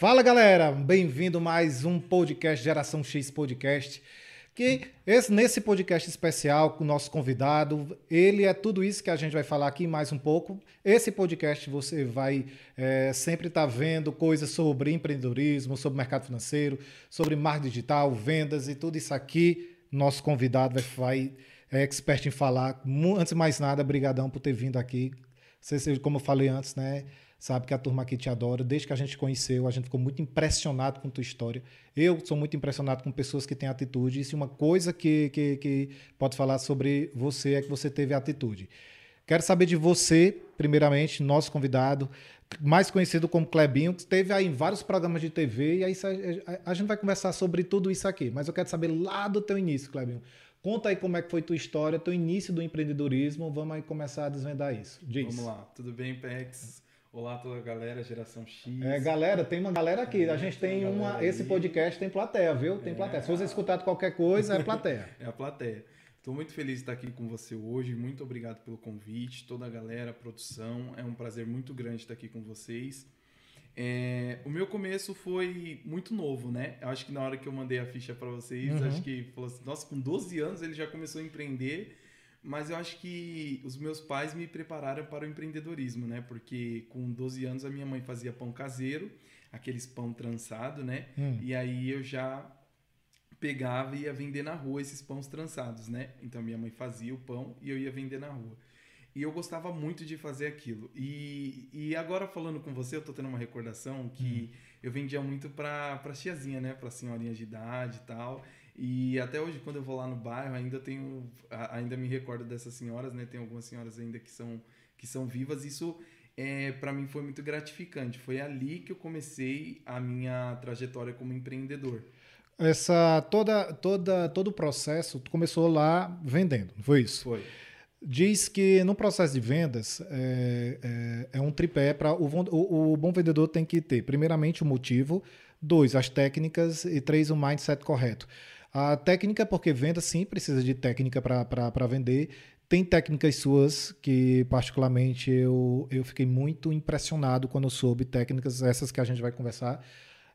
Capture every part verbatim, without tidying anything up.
Fala galera, bem-vindo a mais um podcast Geração X Podcast. Que esse, nesse podcast especial com o nosso convidado, ele é tudo isso que a gente vai falar aqui mais um pouco. Esse podcast você vai é, sempre estar vendo coisas sobre empreendedorismo, sobre mercado financeiro, sobre marketing digital, vendas e tudo isso aqui. Nosso convidado vai, vai é expert em falar. Antes de mais nada, brigadão por ter vindo aqui. Você, como eu falei antes, né? Sabe que a turma aqui te adora. Desde que a gente te conheceu, a gente ficou muito impressionado com a tua história. Eu sou muito impressionado com pessoas que têm atitude. E uma coisa que, que, que pode falar sobre você é que você teve atitude. Quero saber de você, primeiramente, nosso convidado, mais conhecido como Clebinho, que esteve aí em vários programas de T V. E aí a, a gente vai conversar sobre tudo isso aqui. Mas eu quero saber lá do teu início, Clebinho. Conta aí como é que foi tua história, teu início do empreendedorismo. Vamos aí começar a desvendar isso. Diz. Vamos lá. Tudo bem, Pex? Olá, toda a galera, Geração X. É, galera, tem uma galera aqui. É, a gente tem, tem uma uma. Esse aí. podcast tem plateia, viu? Tem É, plateia. Se você a- escutar qualquer coisa, é plateia. É a plateia. Estou muito feliz de estar aqui com você hoje. Muito obrigado pelo convite, toda a galera, a produção. É um prazer muito grande estar aqui com vocês. É, o meu começo foi muito novo, né? Eu acho que na hora que eu mandei a ficha para vocês, Uhum. acho que falou assim, nossa, com doze anos ele já começou a empreender. Mas eu acho que os meus pais me prepararam para o empreendedorismo, né? Porque com doze anos a minha mãe fazia pão caseiro, aqueles pão trançado, né? Hum. E aí eu já pegava e ia vender na rua esses pães trançados, né? Então minha mãe fazia o pão e eu ia vender na rua. E eu gostava muito de fazer aquilo. E, e agora falando com você, eu tô tendo uma recordação que Hum. eu vendia muito para para tiazinha, né? Para senhorinha de idade e tal. E até hoje, quando eu vou lá no bairro, ainda tenho, a- ainda me recordo dessas senhoras, né? Tem algumas senhoras ainda que são, que são vivas. Isso é, para mim foi muito gratificante. Foi ali que eu comecei a minha trajetória como empreendedor. Essa, toda, toda, todo o processo tu começou lá vendendo, não foi isso? Foi. Diz que no processo de vendas é, é, é um tripé para o, von- o, o bom vendedor tem que ter, primeiramente, o motivo, dois, as técnicas e três, o mindset correto. A técnica, porque venda sim precisa de técnica para vender. Tem técnicas suas que, particularmente, eu, eu fiquei muito impressionado quando eu soube técnicas essas que a gente vai conversar.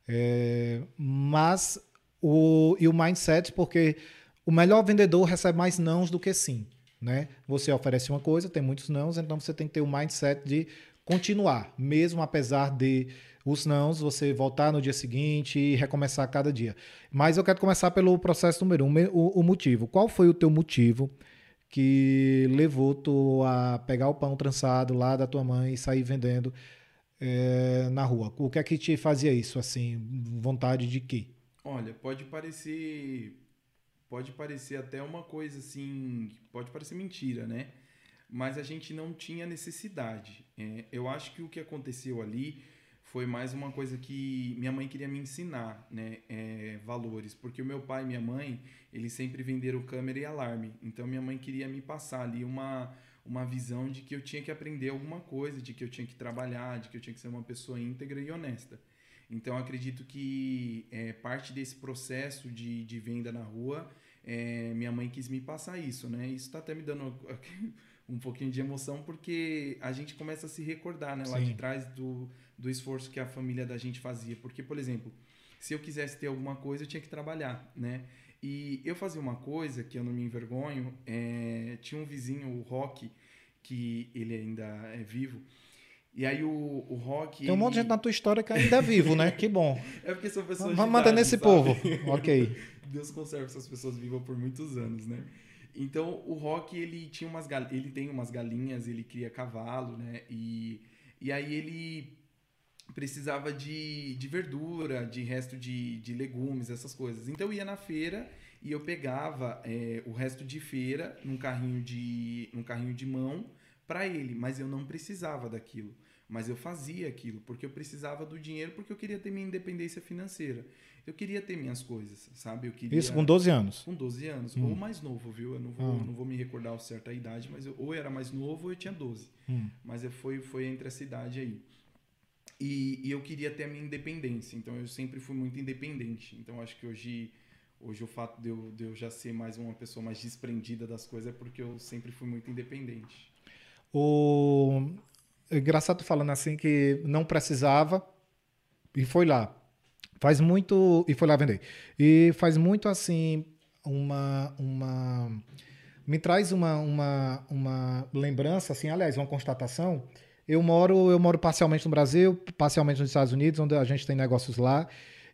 É, mas o, e o mindset, porque o melhor vendedor recebe mais nãos do que sim, né? Você oferece uma coisa, tem muitos nãos, então você tem que ter o mindset de continuar, mesmo apesar de os nãos, você voltar no dia seguinte e recomeçar a cada dia. Mas eu quero começar pelo processo número um, o, o motivo. Qual foi o teu motivo que levou tu a pegar o pão trançado lá da tua mãe e sair vendendo é, na rua? O que é que te fazia isso, assim, vontade de quê? Olha, pode parecer, pode parecer até uma coisa assim, pode parecer mentira, né? Mas a gente não tinha necessidade. É, eu acho que o que aconteceu ali foi mais uma coisa que minha mãe queria me ensinar, né? É, valores, porque o meu pai e minha mãe, eles sempre venderam câmera e alarme. Então minha mãe queria me passar ali uma uma visão de que eu tinha que aprender alguma coisa, de que eu tinha que trabalhar, de que eu tinha que ser uma pessoa íntegra e honesta. Então eu acredito que é, parte desse processo de, de venda na rua, é, minha mãe quis me passar isso, né? Isso está até me dando um pouquinho de emoção, porque a gente começa a se recordar, né, lá de Sim. trás do, do esforço que a família da gente fazia. Porque, por exemplo, se eu quisesse ter alguma coisa, eu tinha que trabalhar, né? E eu fazia uma coisa que eu não me envergonho, é, tinha um vizinho, o Rock, que ele ainda é vivo, e aí o, o Rock, Tem um monte de gente ele... na tua história que ainda é vivo, né? Que bom. É porque são pessoas Vamos de manter idade, nesse sabe? povo. Ok. Deus conserve essas pessoas vivas por muitos anos, né? Então, o Rock, ele tinha umas gal... ele tem umas galinhas, ele cria cavalo, né? E, e aí ele precisava de, de verdura, de resto de, de legumes, essas coisas. Então, eu ia na feira e eu pegava é, o resto de feira num carrinho de, num carrinho de mão para ele, mas eu não precisava daquilo. Mas eu fazia aquilo porque eu precisava do dinheiro, porque eu queria ter minha independência financeira. Eu queria ter minhas coisas, sabe? Eu queria... Isso com doze anos. Com doze anos, Hum. ou mais novo, viu? Eu não vou, Ah. não vou me recordar a certa idade, mas eu, ou eu era mais novo ou eu tinha doze. Hum. Mas eu foi, foi entre essa idade aí. E, e eu queria ter a minha independência, então eu sempre fui muito independente. Então acho que hoje, hoje o fato de eu, de eu já ser mais uma pessoa mais desprendida das coisas é porque eu sempre fui muito independente. O... É engraçado tu falando assim que não precisava e foi lá. Faz muito... E foi lá vender. E faz muito, assim, uma... uma me traz uma, uma, uma lembrança, assim, aliás, uma constatação. Eu moro, eu moro parcialmente no Brasil, parcialmente nos Estados Unidos, onde a gente tem negócios lá.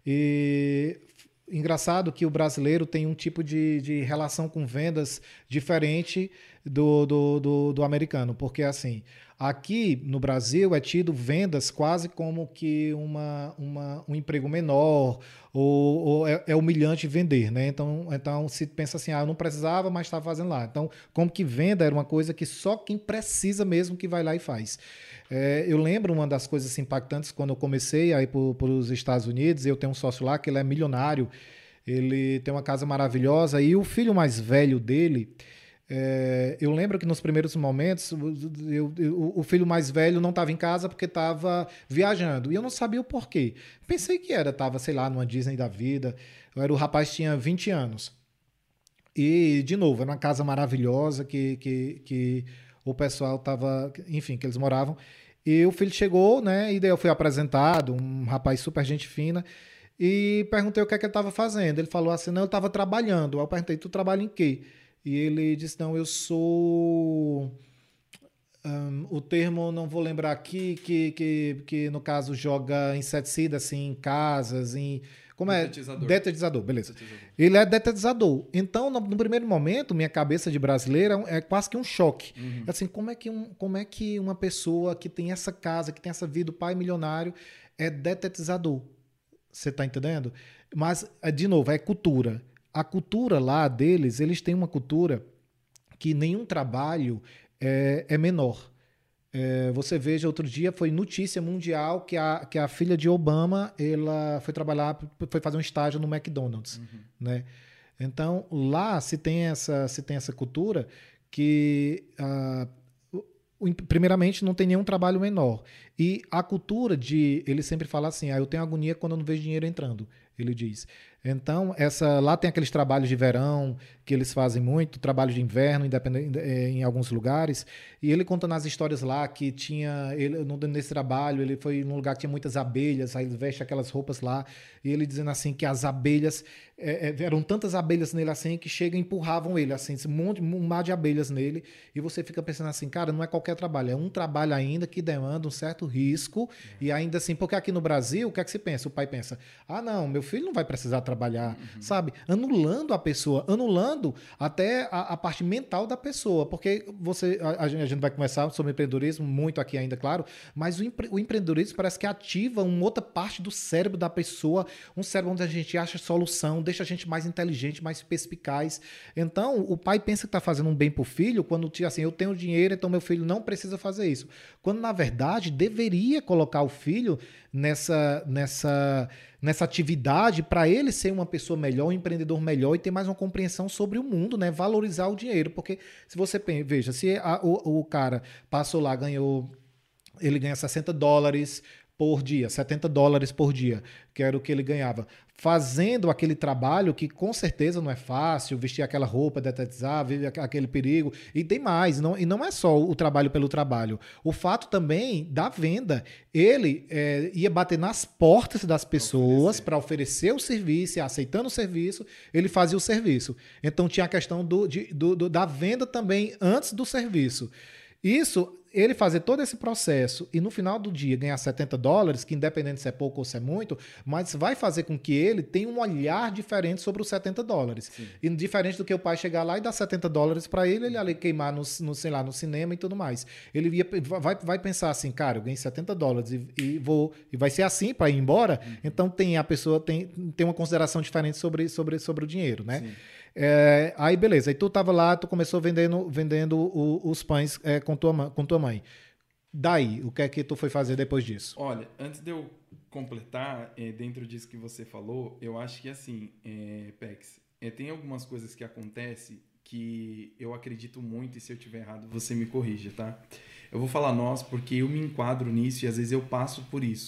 E engraçado que o brasileiro tem um tipo de, de relação com vendas diferente do, do, do, do americano, porque assim, aqui no Brasil é tido vendas quase como que uma, uma, um emprego menor, ou, ou é, é humilhante vender, né? Então, então se pensa assim, ah, eu não precisava, mas estava fazendo lá. Então, como que venda era uma coisa que só quem precisa mesmo que vai lá e faz. É, eu lembro uma das coisas impactantes quando eu comecei a ir para os Estados Unidos. Eu tenho um sócio lá que ele é milionário, ele tem uma casa maravilhosa e o filho mais velho dele, é, eu lembro que nos primeiros momentos eu, eu, o filho mais velho não estava em casa porque estava viajando e eu não sabia o porquê. Pensei que era, estava, sei lá, numa Disney da vida. Eu era, o rapaz tinha vinte anos. E, de novo, era uma casa maravilhosa que, que, que o pessoal estava, enfim, que eles moravam. E o filho chegou, né? E daí eu fui apresentado, um rapaz super gente fina, e perguntei o que é que ele estava fazendo. Ele falou assim: não, eu estava trabalhando. Aí eu perguntei: tu trabalha em quê? E ele disse: não, eu sou. Um, o termo não vou lembrar aqui, que, que, que no caso joga inseticida assim, em casas, em. Como é? Detetizador. Detetizador, beleza. Detetizador. Ele é detetizador. Então, no, no primeiro momento, minha cabeça de brasileira é quase que um choque. Uhum. Assim, como é, que um, como é que uma pessoa que tem essa casa, que tem essa vida, o pai milionário, é detetizador? Você está entendendo? Mas, de novo, é cultura. A cultura lá deles, eles têm uma cultura que nenhum trabalho é, é menor. É, você veja, outro dia foi notícia mundial que a, que a filha de Obama ela foi trabalhar, foi fazer um estágio no McDonald's. Uhum. Né? Então, lá se tem essa, se tem essa cultura que, uh, primeiramente, não tem nenhum trabalho menor. E a cultura de... Ele sempre fala assim, ah, eu tenho agonia quando eu não vejo dinheiro entrando, ele diz. Então, essa, lá tem aqueles trabalhos de verão que eles fazem muito, trabalho de inverno independente, em alguns lugares. E ele contando as histórias lá que tinha... Ele, nesse trabalho, ele foi num lugar que tinha muitas abelhas, aí ele veste aquelas roupas lá, e ele dizendo assim que as abelhas... É, é, eram tantas abelhas nele assim que chegam e empurravam ele, assim, um, monte, um mar de abelhas nele, e você fica pensando assim, cara, não é qualquer trabalho, é um trabalho ainda que demanda um certo risco, é. E ainda assim, porque aqui no Brasil, o que é que se pensa? O pai pensa, ah não, meu filho não vai precisar trabalhar, uhum. Sabe? Anulando a pessoa, anulando até a, a parte mental da pessoa, porque você, a, a gente vai conversar sobre empreendedorismo muito aqui ainda, claro, mas o, empre, o empreendedorismo parece que ativa uma outra parte do cérebro da pessoa, um cérebro onde a gente acha solução, deixa a gente mais inteligente, mais perspicaz. Então, o pai pensa que está fazendo um bem para o filho quando diz assim, eu tenho dinheiro, então meu filho não precisa fazer isso. Quando, na verdade, deveria colocar o filho nessa, nessa, nessa atividade para ele ser uma pessoa melhor, um empreendedor melhor e ter mais uma compreensão sobre o mundo, né? Valorizar o dinheiro. Porque se você veja, se a, o, o cara passou lá, ganhou, ele ganha sessenta dólares por dia, setenta dólares por dia, que era o que ele ganhava, fazendo aquele trabalho que com certeza não é fácil, vestir aquela roupa, detetizar, viver aquele perigo, e tem mais, não, e não é só o trabalho pelo trabalho, o fato também da venda, ele é, ia bater nas portas das pessoas para oferecer. oferecer o serviço, e aceitando o serviço, ele fazia o serviço. Então tinha a questão do, de, do, do, da venda também antes do serviço. Isso, ele fazer todo esse processo e no final do dia ganhar setenta dólares, que independente se é pouco ou se é muito, mas vai fazer com que ele tenha um olhar diferente sobre os setenta dólares. Sim. E diferente do que o pai chegar lá e dar setenta dólares para ele, ele ali queimar no, no, sei lá, no cinema e tudo mais. Ele ia, vai, vai pensar assim, cara, eu ganhei setenta dólares e, e, vou, e vai ser assim para ir embora, uhum. Então tem, a pessoa tem, tem uma consideração diferente sobre, sobre, sobre o dinheiro, né? Sim. É, aí beleza, aí tu tava lá, tu começou vendendo, vendendo o, os pães é, com, tua, com tua mãe. Daí, o que é que tu foi fazer depois disso? Olha, antes de eu completar, é, dentro disso que você falou, eu acho que assim, é, Pex, é, tem algumas coisas que acontecem que eu acredito muito, e se eu tiver errado você me corrija, tá? Eu vou falar nós porque eu me enquadro nisso e às vezes eu passo por isso.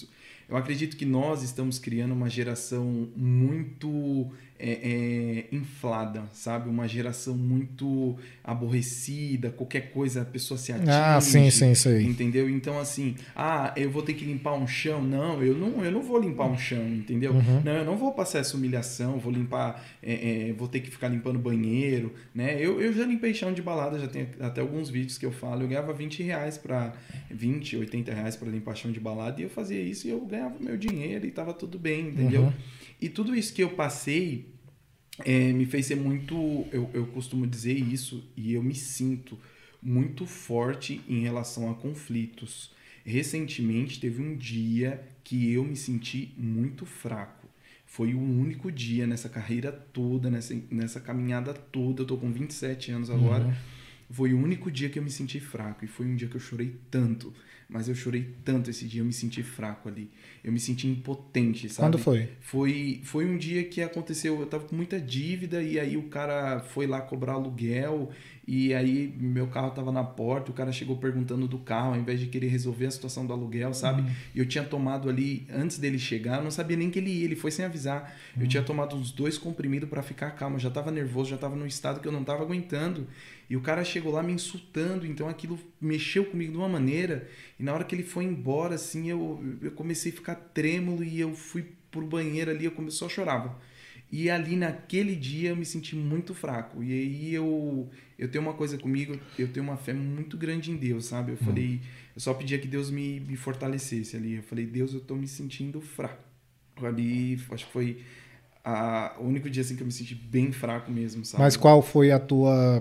Eu acredito que nós estamos criando uma geração muito é, é, inflada, sabe? Uma geração muito aborrecida, qualquer coisa a pessoa se atinge. Ah, sim, sim, sei. Entendeu? Então, assim, ah, eu vou ter que limpar um chão. Não, eu não, eu não vou limpar um chão, entendeu? Uhum. Não, eu não vou passar essa humilhação, vou limpar, é, é, vou ter que ficar limpando banheiro, né? Eu, eu já limpei chão de balada, já tenho até alguns vídeos que eu falo, eu ganhava vinte reais para vinte, oitenta reais para limpar chão de balada, e eu fazia isso e eu ganhava meu dinheiro e tava tudo bem, entendeu? Uhum. E tudo isso que eu passei é, me fez ser muito, eu, eu costumo dizer isso, e eu me sinto muito forte em relação a conflitos. Recentemente teve um dia que eu me senti muito fraco. Foi o único dia nessa carreira toda, nessa, nessa caminhada toda, eu tô com vinte e sete anos agora, Uhum. foi o único dia que eu me senti fraco. E foi um dia que eu chorei tanto. Mas eu chorei tanto esse dia, eu me senti fraco ali. Eu me senti impotente, sabe? Quando foi? Foi, foi um dia que aconteceu, eu tava com muita dívida e aí o cara foi lá cobrar aluguel e aí meu carro tava na porta, o cara chegou perguntando do carro ao invés de querer resolver a situação do aluguel, sabe? Uhum. E eu tinha tomado ali, antes dele chegar, eu não sabia nem que ele ia, ele foi sem avisar. Uhum. Eu tinha tomado uns dois comprimidos para ficar calmo, eu já tava nervoso, já tava num estado que eu não tava aguentando. E o cara chegou lá me insultando, então aquilo mexeu comigo de uma maneira. E na hora que ele foi embora, assim, eu, eu comecei a ficar trêmulo e eu fui pro banheiro ali, eu comecei a chorar. E ali naquele dia eu me senti muito fraco. E aí eu, eu tenho uma coisa comigo, eu tenho uma fé muito grande em Deus, sabe? Eu falei, eu só pedia que Deus me, me fortalecesse ali. Eu falei, Deus, eu tô me sentindo fraco. Ali, acho que foi a, o único dia assim que eu me senti bem fraco mesmo, sabe? Mas qual foi a tua...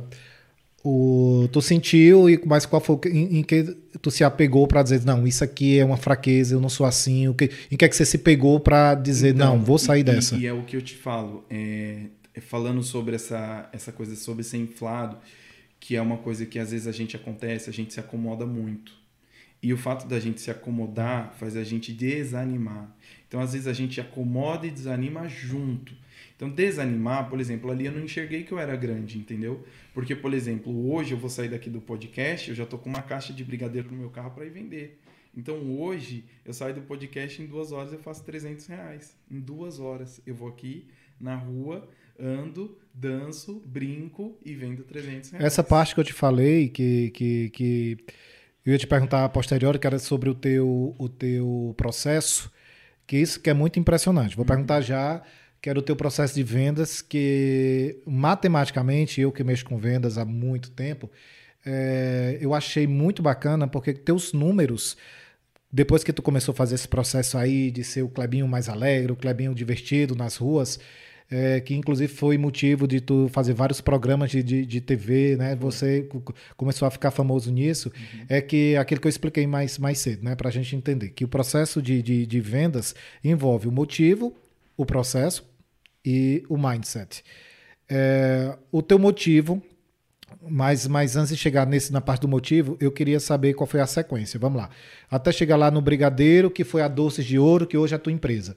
O, tu sentiu, e mas qual foi em, em que tu se apegou para dizer, não, isso aqui é uma fraqueza, eu não sou assim, o que, em que é que você se pegou para dizer, Então, não, vou sair e, dessa? E, e é o que eu te falo, é, é falando sobre essa, essa coisa sobre ser inflado, que é uma coisa que às vezes a gente acontece, a gente se acomoda muito. E o fato da gente se acomodar faz a gente desanimar. Então, às vezes, a gente acomoda e desanima junto. Então, desanimar, por exemplo, ali eu não enxerguei que eu era grande, entendeu? Porque, por exemplo, hoje eu vou sair daqui do podcast, eu já tô com uma caixa de brigadeiro no meu carro para ir vender. Então, hoje, eu saio do podcast, em duas horas eu faço trezentos reais. Em duas horas, eu vou aqui na rua, ando, danço, brinco e vendo trezentos reais. Essa parte que eu te falei, que, que, que eu ia te perguntar a posteriori, que era sobre o teu, o teu processo, que isso que é muito impressionante. Vou uhum. perguntar já, que era o teu processo de vendas, que matematicamente, eu que mexo com vendas há muito tempo, é, eu achei muito bacana, porque teus números, depois que tu começou a fazer esse processo aí de ser o Clebinho mais alegre, o Clebinho divertido nas ruas, é, que inclusive foi motivo de tu fazer vários programas de, de, de T V, né? Você começou a ficar famoso nisso, uhum. é que aquilo que eu expliquei mais, mais cedo, né? Para a gente entender que o processo de, de, de vendas envolve o motivo, o processo e o mindset. É, o teu motivo, mas, mas antes de chegar nesse, na parte do motivo, eu queria saber qual foi a sequência. Vamos lá. Até chegar lá no Brigadeiro, que foi a Doces de Ouro, que hoje é a tua empresa.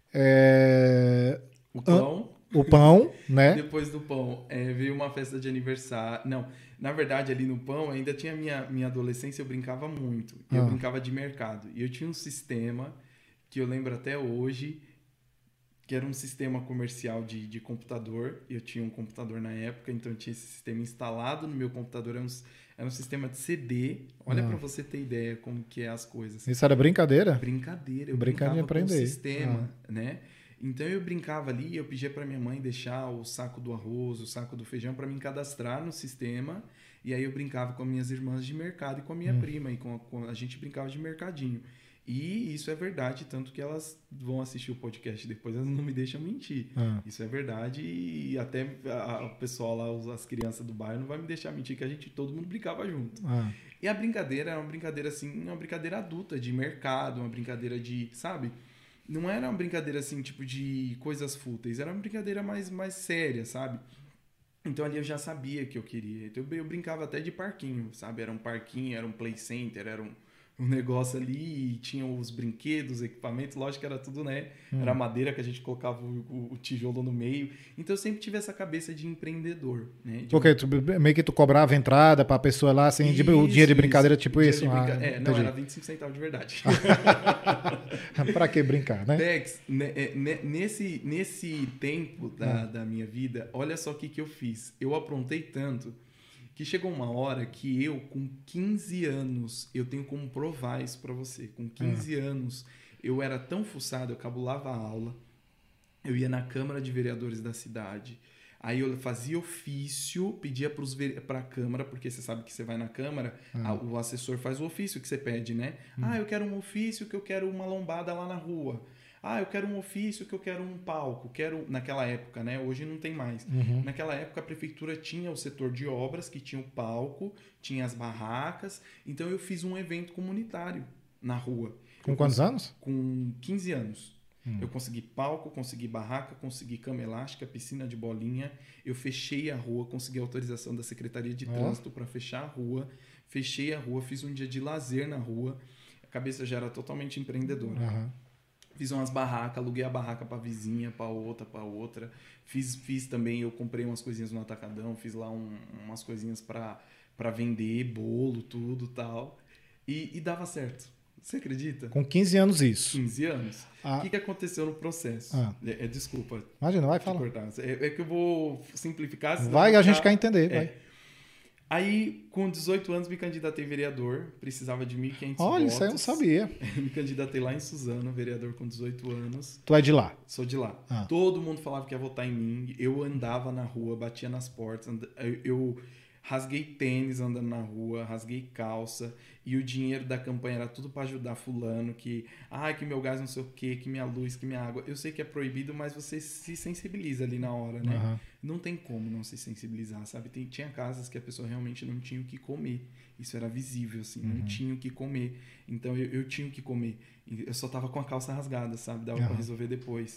É... O pão. O pão, né? Depois do pão, é, veio uma festa de aniversário. Não, na verdade, ali no pão, ainda tinha minha, minha adolescência, eu brincava muito. E ah. eu brincava de mercado. E eu tinha um sistema, que eu lembro até hoje, que era um sistema comercial de, de computador. Eu tinha um computador na época, então eu tinha esse sistema instalado no meu computador. Era um, era um sistema de C D. Olha ah. para você ter ideia como que é as coisas. Isso era brincadeira? Brincadeira. Eu Brincadeira brincava de aprender. com o sistema, ah. né? Então eu brincava ali, eu pedia para minha mãe deixar o saco do arroz, o saco do feijão para me cadastrar no sistema. E aí eu brincava com as minhas irmãs de mercado e com a minha hum. prima. E com a, com a gente brincava de mercadinho. E isso é verdade, tanto que elas vão assistir o podcast depois, elas não me deixam mentir. Ah. Isso é verdade e até a, o pessoal lá, as crianças do bairro, não vai me deixar mentir que a gente, todo mundo brincava junto. Ah. E a brincadeira era uma brincadeira assim, uma brincadeira adulta, de mercado, uma brincadeira de, sabe? Não era uma brincadeira assim, tipo de coisas fúteis, era uma brincadeira mais, mais séria, sabe? Então ali eu já sabia que eu queria. Então eu brincava até de parquinho, sabe? Era um parquinho, era um play center, era um o negócio ali, e tinha os brinquedos, equipamentos, lógico que era tudo, né? Hum. Era madeira que a gente colocava o, o, o tijolo no meio. Então eu sempre tive essa cabeça de empreendedor, né? De Porque tu, meio que tu cobrava entrada pra pessoa lá, assim, de, o dia de brincadeira, tipo dia isso? de brinca... Ah, é, não, era vinte e cinco centavos de verdade. Pra que brincar, né? Dex, nesse, nesse tempo da, Ah. da minha vida, olha só o que, que eu fiz. Eu aprontei tanto que chegou uma hora que eu, com quinze anos, eu tenho como provar isso pra você. Com quinze Ah. anos, eu era tão fuçado, eu cabulava a aula, eu ia na Câmara de Vereadores da cidade, aí eu fazia ofício, pedia para a Câmara, porque você sabe que você vai na Câmara, Ah. a, o assessor faz o ofício que você pede, né? Hum. Ah, eu quero um ofício que eu quero uma lombada lá na rua. Ah, eu quero um ofício que eu quero um palco. Quero naquela época, né? Hoje não tem mais. Uhum. Naquela época a prefeitura tinha o setor de obras, que tinha o palco, tinha as barracas. Então eu fiz um evento comunitário na rua. Com eu quantos consegui, anos? Com quinze anos. Hum. Eu consegui palco, consegui barraca, consegui cama elástica, piscina de bolinha. Eu fechei a rua, consegui autorização da Secretaria de Trânsito para fechar a rua. Fechei a rua, fiz um dia de lazer na rua. A cabeça já era totalmente empreendedora. Uhum. Fiz umas barracas, aluguei a barraca para vizinha, para outra, para outra. Fiz, fiz também, eu comprei umas coisinhas no Atacadão, fiz lá um, umas coisinhas para vender, bolo, tudo tal. E, e dava certo. Você acredita? Com quinze anos isso. quinze anos. Ah. O que, que aconteceu no processo? Ah. É, é, desculpa. Imagina, vai falar. É, é que eu vou simplificar. Vai, ficar... a gente quer entender. É. Vai. Aí, com dezoito anos, me candidatei vereador. Precisava de mil e quinhentos Olha, votos. isso aí eu não sabia. Me candidatei lá em Suzano, vereador com dezoito anos. Tu é de lá? Sou de lá. Ah. Todo mundo falava que ia votar em mim. Eu andava na rua, batia nas portas. And... Eu... eu rasguei tênis andando na rua, rasguei calça, e o dinheiro da campanha era tudo para ajudar fulano, que, ah, que meu gás não sei o quê, que minha luz, que minha água. Eu sei que é proibido, mas você se sensibiliza ali na hora, né? Uhum. Não tem como não se sensibilizar, sabe? Tem, tinha casas que a pessoa realmente não tinha o que comer. Isso era visível, assim, uhum. Não tinha o que comer. Então, eu, eu tinha o que comer. Eu só tava com a calça rasgada, sabe? Dava uhum. para resolver depois.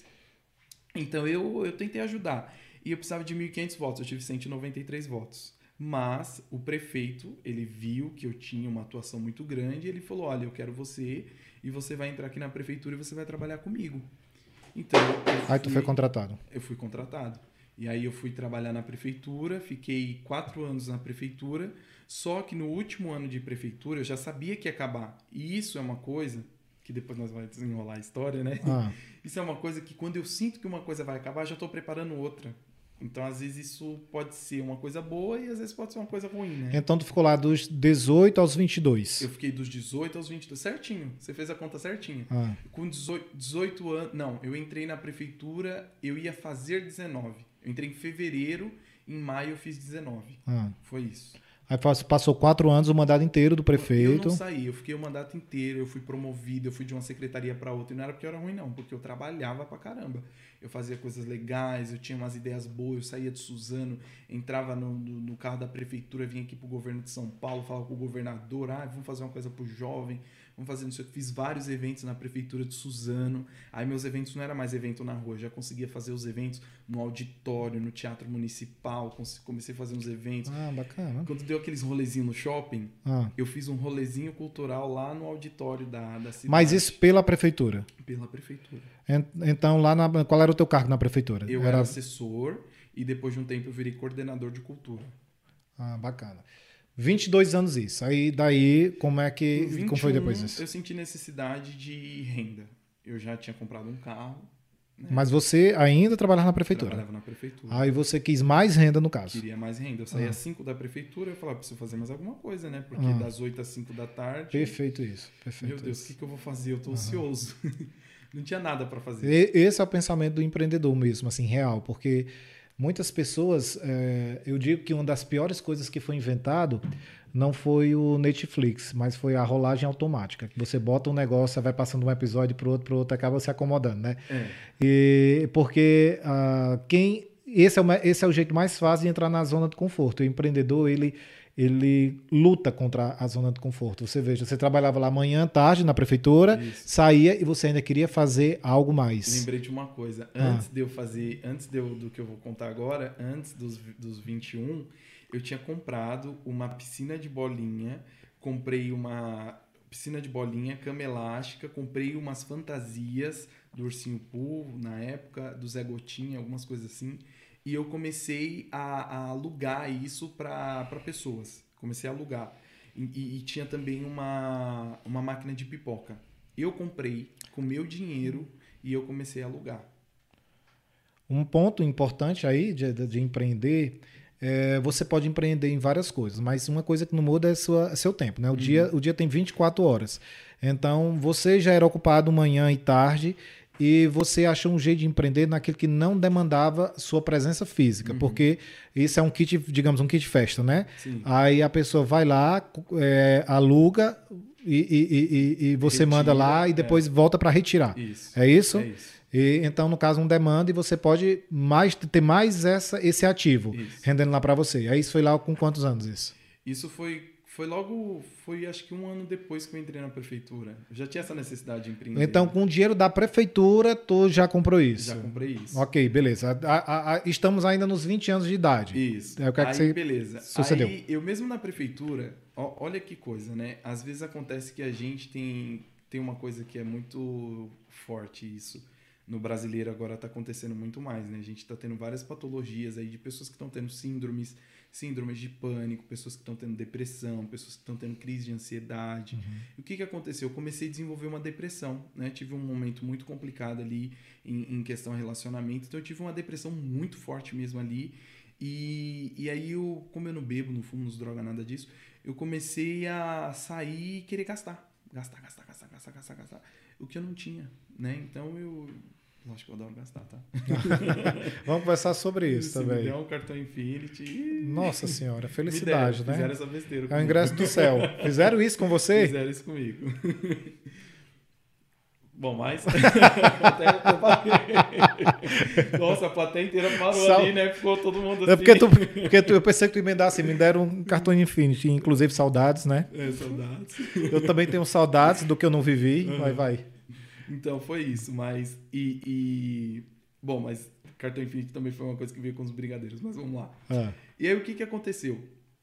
Então, eu, eu tentei ajudar. E eu precisava de mil e quinhentos votos. Eu tive cento e noventa e três votos. Mas o prefeito, ele viu que eu tinha uma atuação muito grande e ele falou, olha, eu quero você e você vai entrar aqui na prefeitura e você vai trabalhar comigo. Então, aí tu foi contratado? Eu fui contratado. E aí eu fui trabalhar na prefeitura, fiquei quatro anos na prefeitura, só que no último ano de prefeitura eu já sabia que ia acabar. E isso é uma coisa, que depois nós vamos desenrolar a história, né? Ah. Isso é uma coisa que quando eu sinto que uma coisa vai acabar, eu já estou preparando outra. Então, às vezes, isso pode ser uma coisa boa e às vezes pode ser uma coisa ruim, né? Então, tu ficou lá dos dezoito aos vinte e dois? Eu fiquei dos dezoito aos vinte e dois, certinho. Você fez a conta certinho. Ah. Com dezoito, dezoito anos... Não, eu entrei na prefeitura, eu ia fazer dezenove. Eu entrei em fevereiro, em maio eu fiz dezenove. Ah. Foi isso. Aí passou quatro anos o mandato inteiro do prefeito. Eu não saí, eu fiquei o mandato inteiro, eu fui promovido, eu fui de uma secretaria para outra. E não era porque eu era ruim, não, porque eu trabalhava pra caramba. Eu fazia coisas legais, eu tinha umas ideias boas, eu saía de Suzano, entrava no, no, no carro da prefeitura, vinha aqui pro governo de São Paulo, falava com o governador, ah, vamos fazer uma coisa pro jovem, vamos fazer isso. Eu fiz vários eventos na prefeitura de Suzano. Aí meus eventos não era mais evento na rua, eu já conseguia fazer os eventos no auditório, no teatro municipal, comecei a fazer uns eventos. Ah, bacana. Quando deu aqueles rolezinhos no shopping, ah. eu fiz um rolezinho cultural lá no auditório da, da cidade. Mas isso pela prefeitura? Pela prefeitura. Então, lá na, qual era o teu cargo na prefeitura? Eu era, era assessor e depois de um tempo eu virei coordenador de cultura. Ah, bacana. vinte e dois anos isso. Aí daí, como é que... vinte e um, como foi depois isso? Eu senti necessidade de renda. Eu já tinha comprado um carro. Né? Mas você ainda trabalhava na prefeitura? Trabalhava na prefeitura. Aí você quis mais renda no caso? Queria mais renda. Eu saía às ah. cinco da prefeitura e eu falava, preciso fazer mais alguma coisa, né? Porque ah. das oito às cinco da tarde... Perfeito isso. Perfeito meu Deus, o isso. que, que eu vou fazer? Eu tô ah. ansioso. Não tinha nada para fazer. E, esse é o pensamento do empreendedor mesmo, assim, real. Porque muitas pessoas... É, eu digo que uma das piores coisas que foi inventado não foi o Netflix, mas foi a rolagem automática. Você bota um negócio, vai passando um episódio para o outro, para o outro, acaba se acomodando, né? É. E, porque uh, quem... Esse é, o, esse é o jeito mais fácil de entrar na zona de conforto. O empreendedor, ele... ele luta contra a zona de conforto. Você veja, você trabalhava lá manhã, tarde na prefeitura, isso. saía e você ainda queria fazer algo mais. Lembrei de uma coisa. Antes ah. de eu fazer, antes de eu, do que eu vou contar agora, antes dos, dos vinte e um, eu tinha comprado uma piscina de bolinha, comprei uma... piscina de bolinha, cama elástica, comprei umas fantasias do Ursinho Pooh, na época, do Zé Gotinha, algumas coisas assim. E eu comecei a, a alugar isso para pessoas. Comecei a alugar. E, e, e tinha também uma, uma máquina de pipoca. Eu comprei com meu dinheiro e eu comecei a alugar. Um ponto importante aí de, de, de empreender, é, você pode empreender em várias coisas, mas uma coisa que não muda é sua, seu tempo, né? O, uhum. dia, o dia tem vinte e quatro horas. Então, você já era ocupado manhã e tarde e você achou um jeito de empreender naquilo que não demandava sua presença física, uhum. porque isso é um kit, digamos, um kit festa, né? Sim. Aí a pessoa vai lá, é, aluga e, e, e, e você Retira, manda lá e depois é. volta para retirar. Isso. É isso? É isso. E, então, no caso, um demanda e você pode mais, ter mais essa, esse ativo isso. rendendo lá para você. Aí isso foi lá com quantos anos isso? Isso foi, foi logo, foi acho que um ano depois que eu entrei na prefeitura. Eu já tinha essa necessidade de empreender. Então, com o dinheiro da prefeitura, tu já comprou isso? Já comprei isso. Ok, beleza. A, a, a, estamos ainda nos vinte anos de idade. Isso. É o que Aí, é que você beleza. sucedeu. Aí, eu mesmo na prefeitura, ó, olha que coisa, né? Às vezes acontece que a gente tem, tem uma coisa que é muito forte isso. No brasileiro agora está acontecendo muito mais, né? A gente está tendo várias patologias aí de pessoas que estão tendo síndromes, síndromes de pânico, pessoas que estão tendo depressão, pessoas que estão tendo crise de ansiedade. Uhum. E o que, que aconteceu? Eu comecei a desenvolver uma depressão, né? Tive um momento muito complicado ali em, em questão de relacionamento, então eu tive uma depressão muito forte mesmo ali. E, e aí, eu, como eu não bebo, não fumo, não droga, nada disso, eu comecei a sair e querer gastar. Gastar, gastar, gastar, gastar, gastar, gastar. O que eu não tinha, né? Então eu... Lógico que eu adoro gastar, tá? Vamos conversar sobre isso Se também. Me der um cartão Infinity... Nossa senhora, felicidade, deram, né? Fizeram essa besteira comigo. É o ingresso do céu. Fizeram isso com você? Fizeram isso comigo. Bom, mas... Nossa, a plateia inteira parou Sal... ali, né? Ficou todo mundo assim. É porque, tu, porque tu, eu pensei que tu emendasse, me deram um cartão Infinity, inclusive saudades, né? É, saudades. Eu também tenho saudades do que eu não vivi, uhum. Vai, vai. Então, foi isso, mas... E, e... Bom, mas cartão Infinity também foi uma coisa que veio com os brigadeiros, mas vamos lá. Ah. E aí, o que que aconteceu?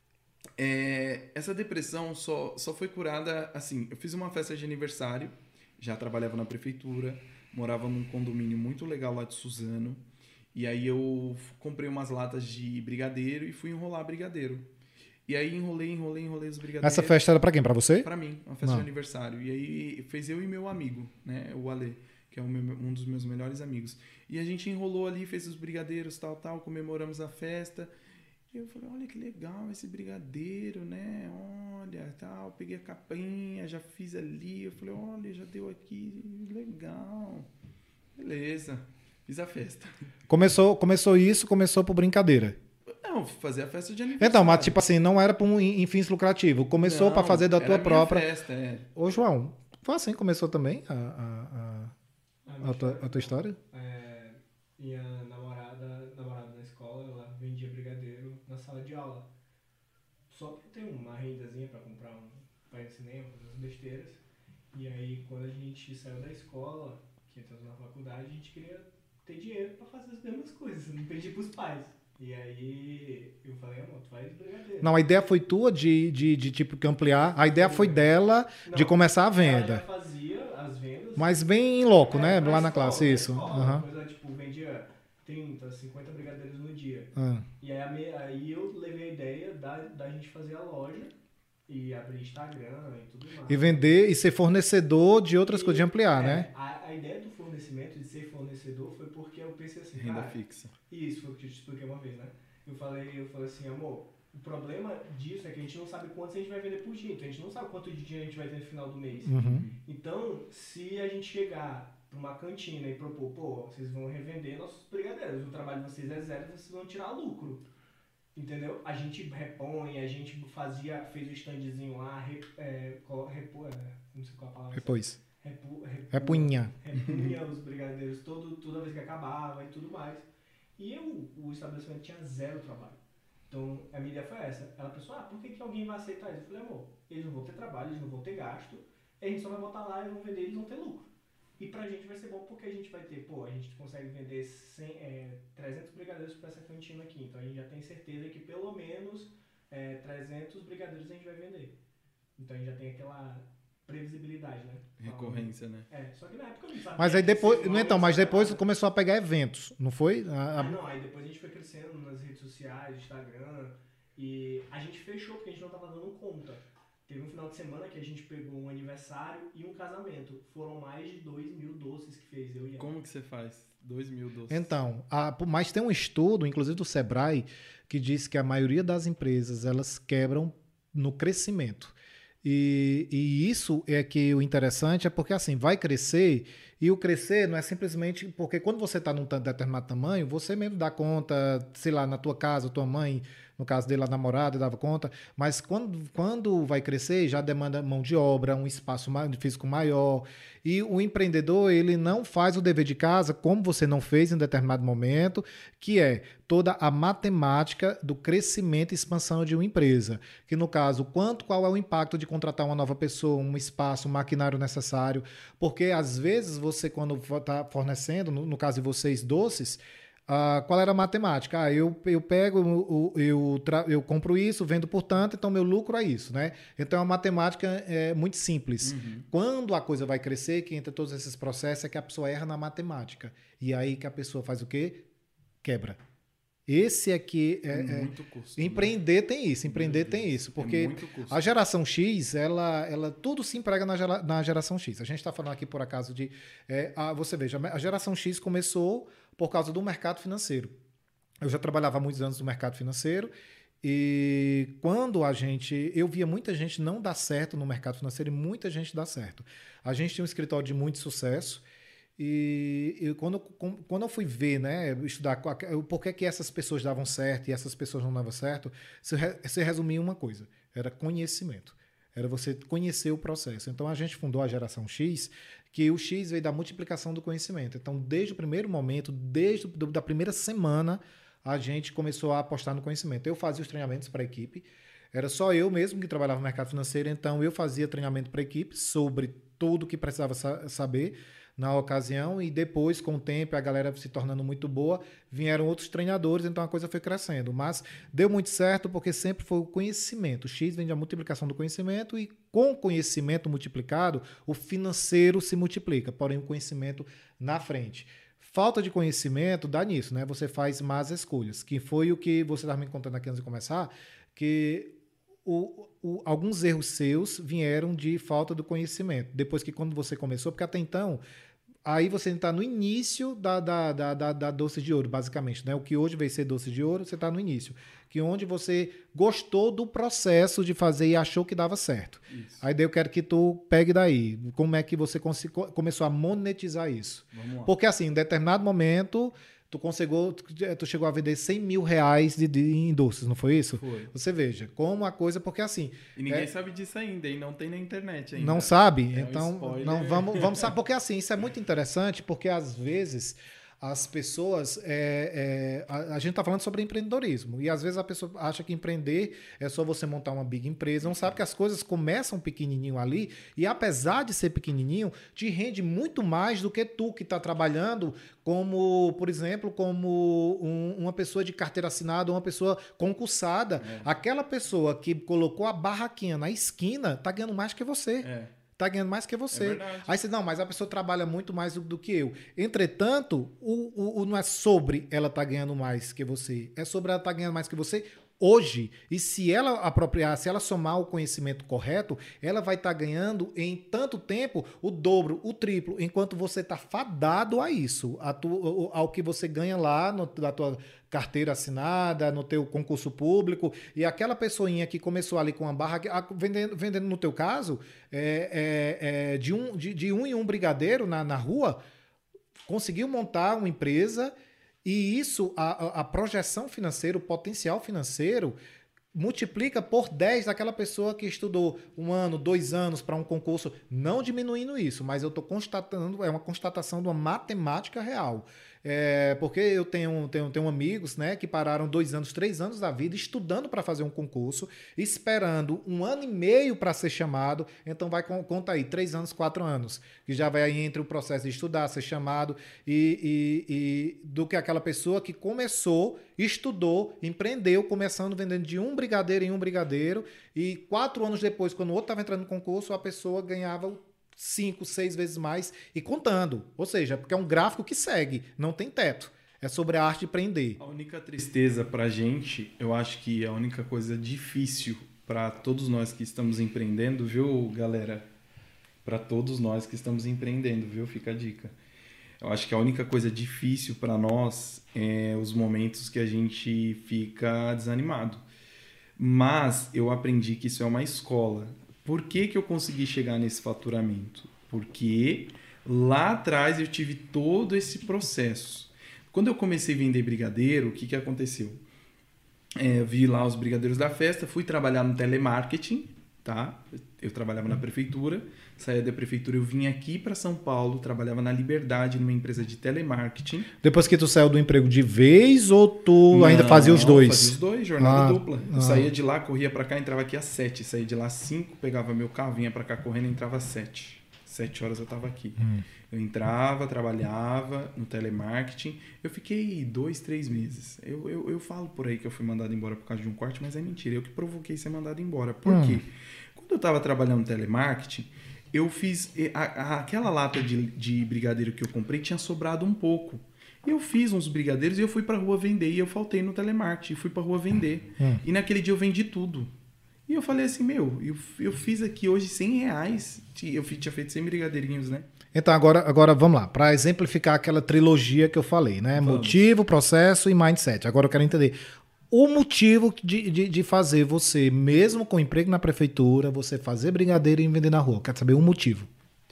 É, essa depressão só, só foi curada, assim, eu fiz uma festa de aniversário, já trabalhava na prefeitura, morava num condomínio muito legal lá de Suzano, e aí eu comprei umas latas de brigadeiro e fui enrolar brigadeiro. E aí enrolei, enrolei, enrolei os brigadeiros. Essa festa era pra quem? Pra você? Pra mim, uma festa Não. de aniversário. E aí fez eu e meu amigo, né? O Ale, que é um, meu, um dos meus melhores amigos. E a gente enrolou ali, fez os brigadeiros, tal, tal, comemoramos a festa. E eu falei, olha que legal esse brigadeiro, né? Olha, tal, peguei a capinha, já fiz ali. Eu falei, olha, já deu aqui, legal. Beleza, fiz a festa. Começou, começou isso, começou por brincadeira. Não, fazer a festa de aniversário. Então, mas tipo assim, não era para um em fins lucrativos. Começou para fazer da tua própria. Festa, é. Ô, João, foi assim que começou também a, a, a, a, tua, a tua história? É, minha namorada, namorada na escola, ela vendia brigadeiro na sala de aula. Só para ter uma rendazinha para comprar um, para ir no cinema, fazer umas besteiras. E aí, quando a gente saiu da escola, que entramos na faculdade, a gente queria ter dinheiro para fazer as mesmas coisas, não pedir para os pais. E aí eu falei, amor, tu faz brigadeiro. Não, a ideia foi tua de, de, de tipo, ampliar. A ideia foi dela não, de começar a venda. Ela já fazia as vendas. Mas bem em loco, é, né? Lá na escola, classe, isso. Escola, uhum. Coisa, tipo, vendia trinta, cinquenta brigadeiros no dia. Uhum. E aí, a me, aí eu levei a ideia da, da gente fazer a loja e abrir Instagram e tudo mais. E vender e ser fornecedor de outras e, coisas, de ampliar, é, né? A, a ideia do fornecimento, de ser fornecedor, foi porque eu pensei assim, renda cara, fixa. Isso, foi o que eu te expliquei uma vez, né? Eu falei, eu falei assim, amor, o problema disso é que a gente não sabe quanto a gente vai vender por dia, então a gente não sabe quanto de dinheiro a gente vai ter no final do mês. Uhum. Então, se a gente chegar para uma cantina e propor, pô, vocês vão revender nossos brigadeiros, o trabalho de vocês é zero, vocês vão tirar lucro. Entendeu? A gente repõe, a gente fazia, fez o standzinho lá, rep, é, repo, é, não sei qual a palavra. Repôs. Repu, repu, repunha. Repunha os brigadeiros todo, toda vez que acabava e tudo mais. E eu, o estabelecimento tinha zero trabalho. Então, a minha ideia foi essa. Ela pensou, ah, por que, que alguém vai aceitar isso? Eu falei, amor, eles não vão ter trabalho, eles não vão ter gasto, a gente só vai botar lá, eles vão vender, eles vão ter lucro. E pra gente vai ser bom porque a gente vai ter, pô, a gente consegue vender cem, é, trezentos brigadeiros pra essa cantina aqui. Então, a gente já tem certeza que pelo menos é, trezentos brigadeiros a gente vai vender. Então, a gente já tem aquela, previsibilidade, né? Recorrência, né? É, só que na época eu não sabia. Mas aí depois, que não, então, mas depois nada. começou a pegar eventos, não foi? A- Ah, a- não, aí depois a gente foi crescendo nas redes sociais, Instagram, e a gente fechou porque a gente não tava dando conta. Teve um final de semana que a gente pegou um aniversário e um casamento. Foram mais de dois mil doces que fez eu e ela. Como que você faz? Dois mil doces. Então, a- mas tem um estudo, inclusive do Sebrae, que diz que a maioria das empresas elas quebram no crescimento. E, e isso é que o interessante é porque assim, vai crescer, e o crescer não é simplesmente porque quando você está num ta- determinado tamanho, você mesmo dá conta, sei lá, na tua casa, tua mãe, no caso dele, a namorada dava conta, mas quando, quando vai crescer, já demanda mão de obra, um espaço ma- físico maior, e o empreendedor, ele não faz o dever de casa como você não fez em determinado momento, que é toda a matemática do crescimento e expansão de uma empresa. Que no caso, quanto, qual é o impacto de contratar uma nova pessoa, um espaço, um maquinário necessário, porque às vezes você, quando está fornecendo, no, no caso de vocês, doces, ah, qual era a matemática? Ah, eu, eu pego, eu, eu, tra- eu compro isso, vendo por tanto, então meu lucro é isso, né? Então a matemática é muito simples. Uhum. Quando a coisa vai crescer, que entra todos esses processos, é que a pessoa erra na matemática. E aí que a pessoa faz o quê? Quebra. Esse aqui é, é- muito custo. né? empreender tem isso, empreender Meu tem Deus, isso, é porque muito custo. a geração X, ela, ela tudo se emprega na, gera- na geração X. A gente está falando aqui por acaso de, é, a, você veja, a geração X começou por causa do mercado financeiro. Eu já trabalhava há muitos anos no mercado financeiro e quando a gente, eu via muita gente não dar certo no mercado financeiro e muita gente dá certo. A gente tinha um escritório de muito sucesso. E, e quando, quando eu fui ver, né, estudar qual- o porquê que essas pessoas davam certo e essas pessoas não davam certo, se, re- se resumia em uma coisa, era conhecimento. Era você conhecer o processo. Então a gente fundou a geração X, que o X veio da multiplicação do conhecimento. Então, desde o primeiro momento, desde a da primeira semana, a gente começou a apostar no conhecimento. Eu fazia os treinamentos para a equipe, era só eu mesmo que trabalhava no mercado financeiro, então eu fazia treinamento para a equipe sobre tudo que precisava sa- saber na ocasião e depois, com o tempo, a galera se tornando muito boa, vieram outros treinadores, então a coisa foi crescendo. Mas deu muito certo porque sempre foi o conhecimento. O X vem da multiplicação do conhecimento e com o conhecimento multiplicado, o financeiro se multiplica, porém o conhecimento na frente. Falta de conhecimento dá nisso, né? Você faz más escolhas, que foi o que você estava me contando aqui antes de começar, que o, o, alguns erros seus vieram de falta do conhecimento. Depois que quando você começou, porque até então, aí você está no início da, da, da, da, da doce de ouro, basicamente. Né? O que hoje vai ser doce de ouro, você está no início. Que onde você gostou do processo de fazer e achou que dava certo. Isso. Aí daí eu quero que tu pegue daí. Como é que você começou a monetizar isso? Vamos lá. Porque assim, em determinado momento, tu conseguiu, tu chegou a vender cem mil reais de, de, em doces, não foi isso? Foi. Você veja, como a coisa, porque assim... E ninguém é, sabe disso ainda, e não tem na internet ainda. não sabe? É um Então, spoiler. não vamos, vamos saber, porque assim, isso é muito interessante, porque às vezes as pessoas, é, é, a, a gente está falando sobre empreendedorismo, e às vezes a pessoa acha que empreender é só você montar uma big empresa, não sabe que as coisas começam pequenininho ali, e apesar de ser pequenininho, te rende muito mais do que tu que está trabalhando como, por exemplo, como um, uma pessoa de carteira assinada, uma pessoa concursada. É. Aquela pessoa que colocou a barraquinha na esquina está ganhando mais que você. É. Tá ganhando mais que É você. verdade. Aí você, não, mas a pessoa trabalha muito mais do, do que eu. Entretanto, o, o, o não é sobre ela tá ganhando mais que você, é sobre ela tá ganhando mais que você hoje. E se ela apropriar, se ela somar o conhecimento correto, ela vai estar ganhando em tanto tempo o dobro, o triplo, enquanto você está fadado a isso, a tu, ao que você ganha lá no, na tua carteira assinada, no teu concurso público, e aquela pessoinha que começou ali com uma barra, vendendo, vendendo no teu caso, é, é, é, de, um, de, de um em um brigadeiro na, na rua, conseguiu montar uma empresa, e isso, a, a projeção financeira, o potencial financeiro, multiplica por dez daquela pessoa que estudou um ano, dois anos para um concurso, não diminuindo isso, mas eu estou constatando, é uma constatação de uma matemática real. É, porque eu tenho, tenho, tenho amigos, né, que pararam dois anos, três anos da vida estudando para fazer um concurso, esperando um ano e meio para ser chamado. Então vai, conta aí, três anos, quatro anos, que já vai aí entre o processo de estudar, ser chamado, e, e, e do que aquela pessoa que começou, estudou, empreendeu, começando vendendo de um brigadeiro em um brigadeiro, e quatro anos depois, quando o outro estava entrando no concurso, a pessoa ganhava cinco, seis vezes mais e contando. Ou seja, porque é um gráfico que segue, não tem teto. É sobre a arte de empreender. A única tristeza pra gente, eu acho que a única coisa difícil para todos nós que estamos empreendendo, viu, galera? Para todos nós que estamos empreendendo, viu? Fica a dica. Eu acho que a única coisa difícil para nós é os momentos que a gente fica desanimado. Mas eu aprendi que isso é uma escola. Por que que eu consegui chegar nesse faturamento? Porque lá atrás eu tive todo esse processo. Quando eu comecei a vender brigadeiro, o que que aconteceu? É, eu vi lá os brigadeiros da festa, fui trabalhar no telemarketing, tá? Eu trabalhava na prefeitura, saía da prefeitura, eu vim aqui para São Paulo, trabalhava na Liberdade, numa empresa de telemarketing. Depois que tu saiu do emprego de vez ou tu Não, ainda fazia os dois? Fazia os dois, jornada Ah, dupla. Eu ah. saía de lá, corria para cá, entrava aqui às sete. Saía de lá às cinco, pegava meu carro, vinha para cá correndo e entrava às sete. Sete horas eu estava aqui. Hum. Eu entrava, trabalhava no telemarketing. Eu fiquei dois, três meses. Eu, eu, eu falo por aí que eu fui mandado embora por causa de um corte, mas é mentira. Eu que provoquei ser mandado embora. Por Hum. quê? Quando eu estava trabalhando no telemarketing, eu fiz... A, a, aquela lata de, de brigadeiro que eu comprei tinha sobrado um pouco. Eu fiz uns brigadeiros e eu fui pra rua vender. E eu faltei no telemarketing. Fui pra rua vender. Hum. E naquele dia eu vendi tudo. E eu falei assim, meu, eu, eu fiz aqui hoje cem reais. Eu tinha feito cem brigadeirinhos, né? Então, agora, agora vamos lá. Para exemplificar aquela trilogia que eu falei, né? Vamos. Motivo, processo e mindset. Agora eu quero entender o motivo de, de, de fazer você, mesmo com emprego na prefeitura, você fazer brigadeiro e vender na rua. Eu quero saber o motivo.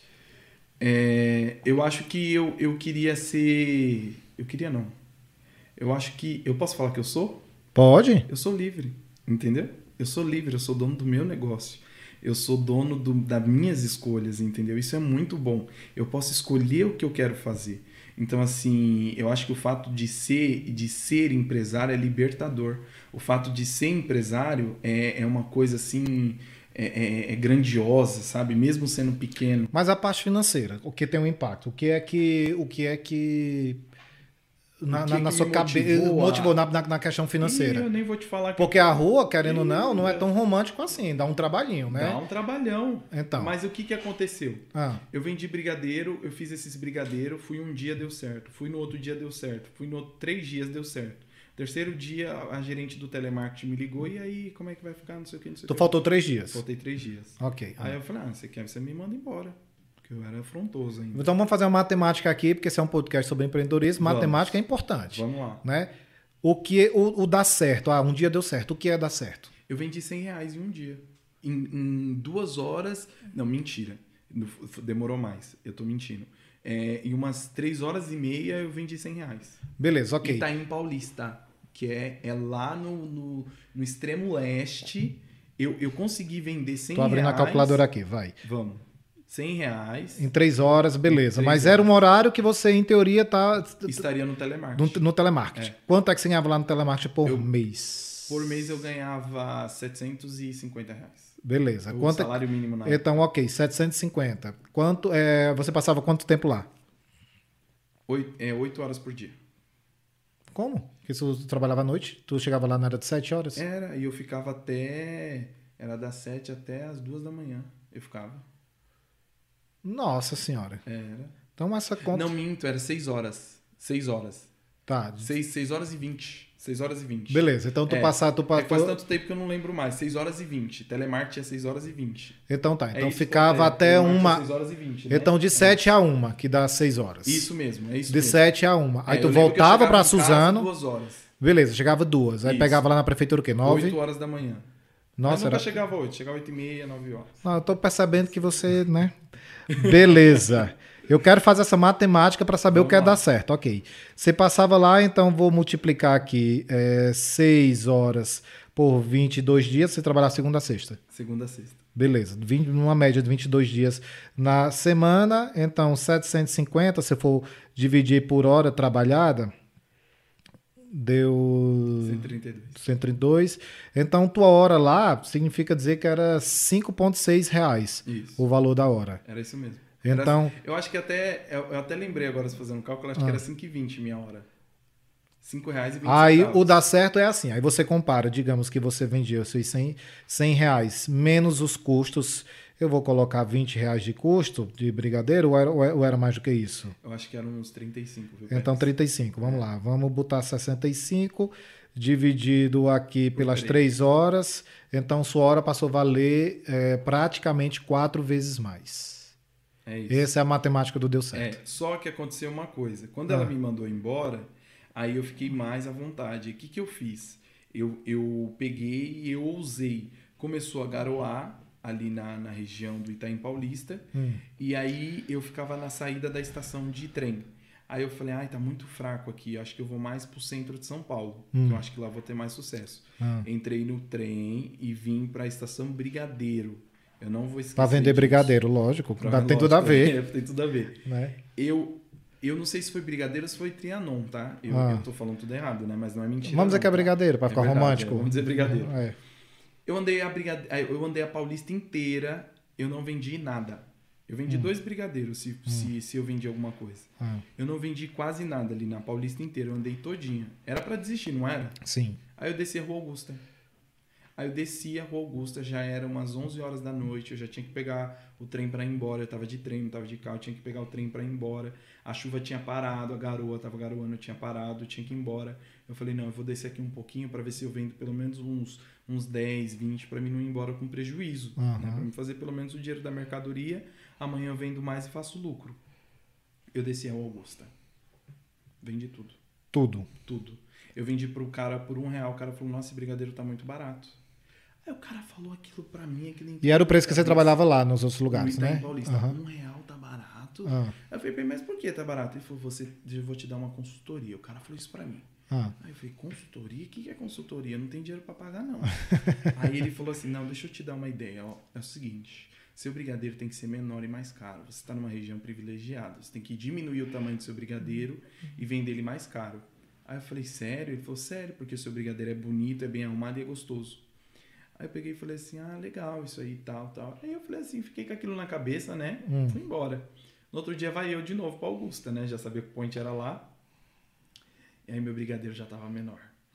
É, eu acho que eu, eu queria ser... Eu queria não. Eu acho que... Eu posso falar que eu sou? Pode? Eu sou livre, entendeu? Eu sou livre, eu sou dono do meu negócio. Eu sou dono do, das minhas escolhas, entendeu? Isso é muito bom. Eu posso escolher o que eu quero fazer. Então, assim, eu acho que o fato de ser, de ser empresário é libertador. O fato de ser empresário é, é uma coisa, assim, é, é, é grandiosa, sabe? Mesmo sendo pequeno. Mas a parte financeira, o que tem um impacto? O que é que... O que é que na, O que na, na que sua me cabeça motivou a- motivou na, na, na questão financeira? Ih, eu nem vou te falar que Porque a rua, querendo ou não, não é tão romântico assim, dá um trabalhinho, né? dá um trabalhão. Então. Mas o que, que aconteceu? Ah, Eu vendi brigadeiro, eu fiz esses brigadeiros, fui um dia, deu certo. Fui no outro dia, deu certo. Fui no outro, três dias, deu certo. Terceiro dia, a gerente do telemarketing me ligou, e aí, como é que vai ficar, não sei o que, não sei o tu que. faltou três dias. Faltei três dias. Ok. Aí eu falei, ah, você quer, você me manda embora. Porque eu era afrontoso ainda. Então vamos fazer uma matemática aqui, porque esse é um podcast sobre empreendedorismo. Vamos. Matemática é importante, Vamos lá. né? O que o, o dá certo? Ah, um dia deu certo. O que é dar certo? Eu vendi cem reais em um dia. Em, em duas horas... Não, mentira. Demorou mais. Eu tô mentindo. É, em umas três horas e meia eu vendi cem reais. Beleza, ok. Itaim Paulista, que é, é lá no, no, no extremo leste. Eu, eu consegui vender cem Tô abrindo reais. a calculadora aqui, vai. Vamos. cem reais. Em três horas, beleza. Em três Mas horas. era um horário que você, em teoria, tá Estaria no telemarketing. no, no telemarketing. É. Quanto é que você ganhava lá no telemarketing por Eu- mês? Por mês eu ganhava setecentos e cinquenta reais. Beleza. O Quanto é- salário mínimo na época. Então, ok, setecentos e cinquenta. Quanto, é, você passava quanto tempo lá? Oito, é, oito horas por dia. Como? Porque tu trabalhava à noite? Tu chegava lá na hora de sete horas? Era, e eu ficava até... Era das sete até as duas da manhã. Eu ficava. Nossa senhora. Era. Então essa conta... Não minto, era seis horas. Seis horas. Tá. Seis, seis horas e vinte. Seis horas e vinte. Beleza, então tu É, passar... Tu É que faz passou... tanto tempo que eu não lembro mais. seis horas e vinte. Telemarketing é seis horas e vinte. Então tá. É Então isso, ficava é, até telemarketing é uma... seis horas e vinte, né? Então de sete a uma, que dá seis horas. Isso mesmo, é isso De mesmo. sete a uma. Aí É, tu eu lembro que eu voltava chegava pra em casa Suzano. duas horas. Beleza, chegava duas. Aí Isso. pegava lá na prefeitura o quê? Nove? Oito horas da manhã. Nossa, Mas nunca era... chegava oito. Chegava oito e meia, nove horas. Não, eu tô percebendo que você, né? Beleza. Eu quero fazer essa matemática para saber Vamos o que é lá. dar certo. Ok. Você passava lá, então vou multiplicar aqui é, seis horas por vinte e dois dias. Você trabalhava segunda a sexta. Segunda a sexta. Beleza, vinte, numa média de vinte e dois dias na semana, então setecentos e cinquenta, se for dividir por hora trabalhada, deu cento e trinta e dois. cento e trinta e dois. Então, tua hora lá significa dizer que era cinco vírgula seis reais Isso. o valor da hora. Era isso mesmo. Então, Era, eu acho que até, eu, eu até lembrei agora, se fazendo um cálculo, acho Ah. que era cinco e vinte minha hora. cinco reais e vinte aí centavos. o dar certo é assim. Aí você compara, digamos que você vendia os seus cem, cem reais menos os custos. Eu vou colocar vinte reais de custo de brigadeiro ou era, ou era mais do que isso? Eu acho que eram uns trinta e cinco. Viu, Então, Pérez? trinta e cinco, vamos lá. Vamos botar sessenta e cinco dividido aqui Por pelas três. três horas. Então, sua hora passou a valer é, praticamente quatro vezes mais. É isso. Essa é a matemática do deu É, certo. só que aconteceu uma coisa. Quando Ah. ela me mandou embora, aí eu fiquei mais à vontade. O que, que eu fiz? Eu, eu peguei e eu ousei. Começou a garoar ali na, na região do Itaim Paulista. Hum. E aí eu ficava na saída da estação de trem. Aí eu falei, ai, tá muito fraco aqui. Acho que eu vou mais pro centro de São Paulo. Hum. Que eu acho que lá vou ter mais sucesso. Ah. Entrei no trem e vim pra estação Brigadeiro. Eu não vou esquecer Para vender disso. brigadeiro, lógico. Pra- Tem tudo a lógico, ver. é, tem tudo a ver. Né? Eu, eu não sei se foi Brigadeiro ou se foi Trianon, tá? Eu, Ah. eu tô falando tudo errado, né? Mas não é mentira. Vamos dizer não, que é tá? brigadeiro, para É ficar verdade, romântico. é, vamos dizer brigadeiro. É. Eu andei a brigade... eu andei a Paulista inteira, eu não vendi nada. Eu vendi Hum. dois brigadeiros, se, se, se eu vendi alguma coisa. Ah, Eu não vendi quase nada ali na Paulista inteira, eu andei todinha. Era pra desistir, não era? sim. Aí eu desci a Rua Augusta. Aí eu desci a Rua Augusta, já era umas onze horas da noite, eu já tinha que pegar o trem pra ir embora. Eu tava de trem, não tava de carro, eu tinha que pegar o trem pra ir embora. A chuva tinha parado, a garoa tava garoando, eu tinha parado, eu tinha que ir embora. Eu falei, não, eu vou descer aqui um pouquinho pra ver se eu vendo pelo menos uns, uns dez, vinte, pra mim não ir embora com prejuízo. Aham. Né? Pra mim fazer pelo menos o dinheiro da mercadoria, amanhã eu vendo mais e faço lucro. Eu desci a Rua Augusta. Vendi tudo. Tudo. Tudo. Eu vendi pro cara por um real. O cara falou, nossa, esse brigadeiro tá muito barato. Aí o cara falou aquilo pra mim. Aquilo E era o preço que você trabalhava lá nos outros lugares, no Itaim né? Paulista. Aham. Um real tá barato? Ah, Aí eu falei, mas por que tá barato? Ele falou, você, eu vou te dar uma consultoria. O cara falou isso pra mim. ah. Aí eu falei, consultoria? O que que é consultoria? Não tem dinheiro pra pagar, não. Aí ele falou assim, não, deixa eu te dar uma ideia. Ó, é o seguinte, seu brigadeiro tem que ser menor e mais caro. Você está numa região privilegiada. Você tem que diminuir o tamanho do seu brigadeiro e vender ele mais caro. Aí eu falei, sério? Ele falou, sério, porque o seu brigadeiro é bonito, é bem arrumado e é gostoso. Aí eu peguei e falei assim, ah, legal, isso aí, tal, tal. Aí eu falei assim, fiquei com aquilo na cabeça, né? Hum. Fui embora. No outro dia vai eu de novo pra Augusta, né? Já sabia que o point era lá. E aí meu brigadeiro já tava menor.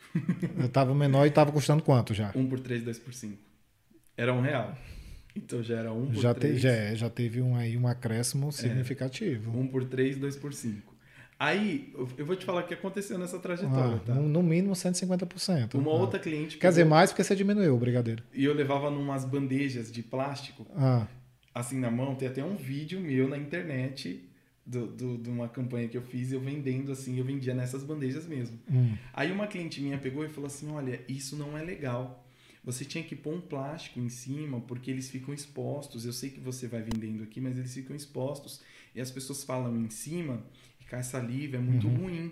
Eu tava menor e tava custando quanto já? Um por três, dois por cinco. Era um real. Então já era um por Já, te, três. já, é, já teve um, aí um acréscimo significativo. Um por três, dois por cinco. Aí, eu- eu vou te falar o que aconteceu nessa trajetória, Ah, tá? no, no mínimo cento e cinquenta por cento. Uma Ah. outra cliente... Quer dizer, pegou- mais porque você diminuiu o brigadeiro. E eu levava numas bandejas de plástico, Ah, assim na mão. Tem até um vídeo meu na internet do, do- de uma campanha que eu fiz, eu vendendo assim, eu vendia nessas bandejas mesmo. hum. Aí uma cliente minha pegou e falou assim, olha, isso não é legal. Você tinha que pôr um plástico em cima, porque eles ficam expostos. Eu sei que você vai vendendo aqui, mas eles ficam expostos. E as pessoas falam em cima, e cai saliva, é muito Uhum. ruim.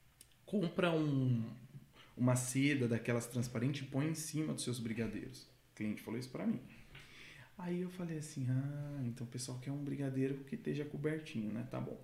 Compra um, uma seda daquelas transparentes e põe em cima dos seus brigadeiros. O cliente falou isso pra mim. Aí eu falei assim, ah, então o pessoal quer um brigadeiro que esteja cobertinho, né? Tá bom.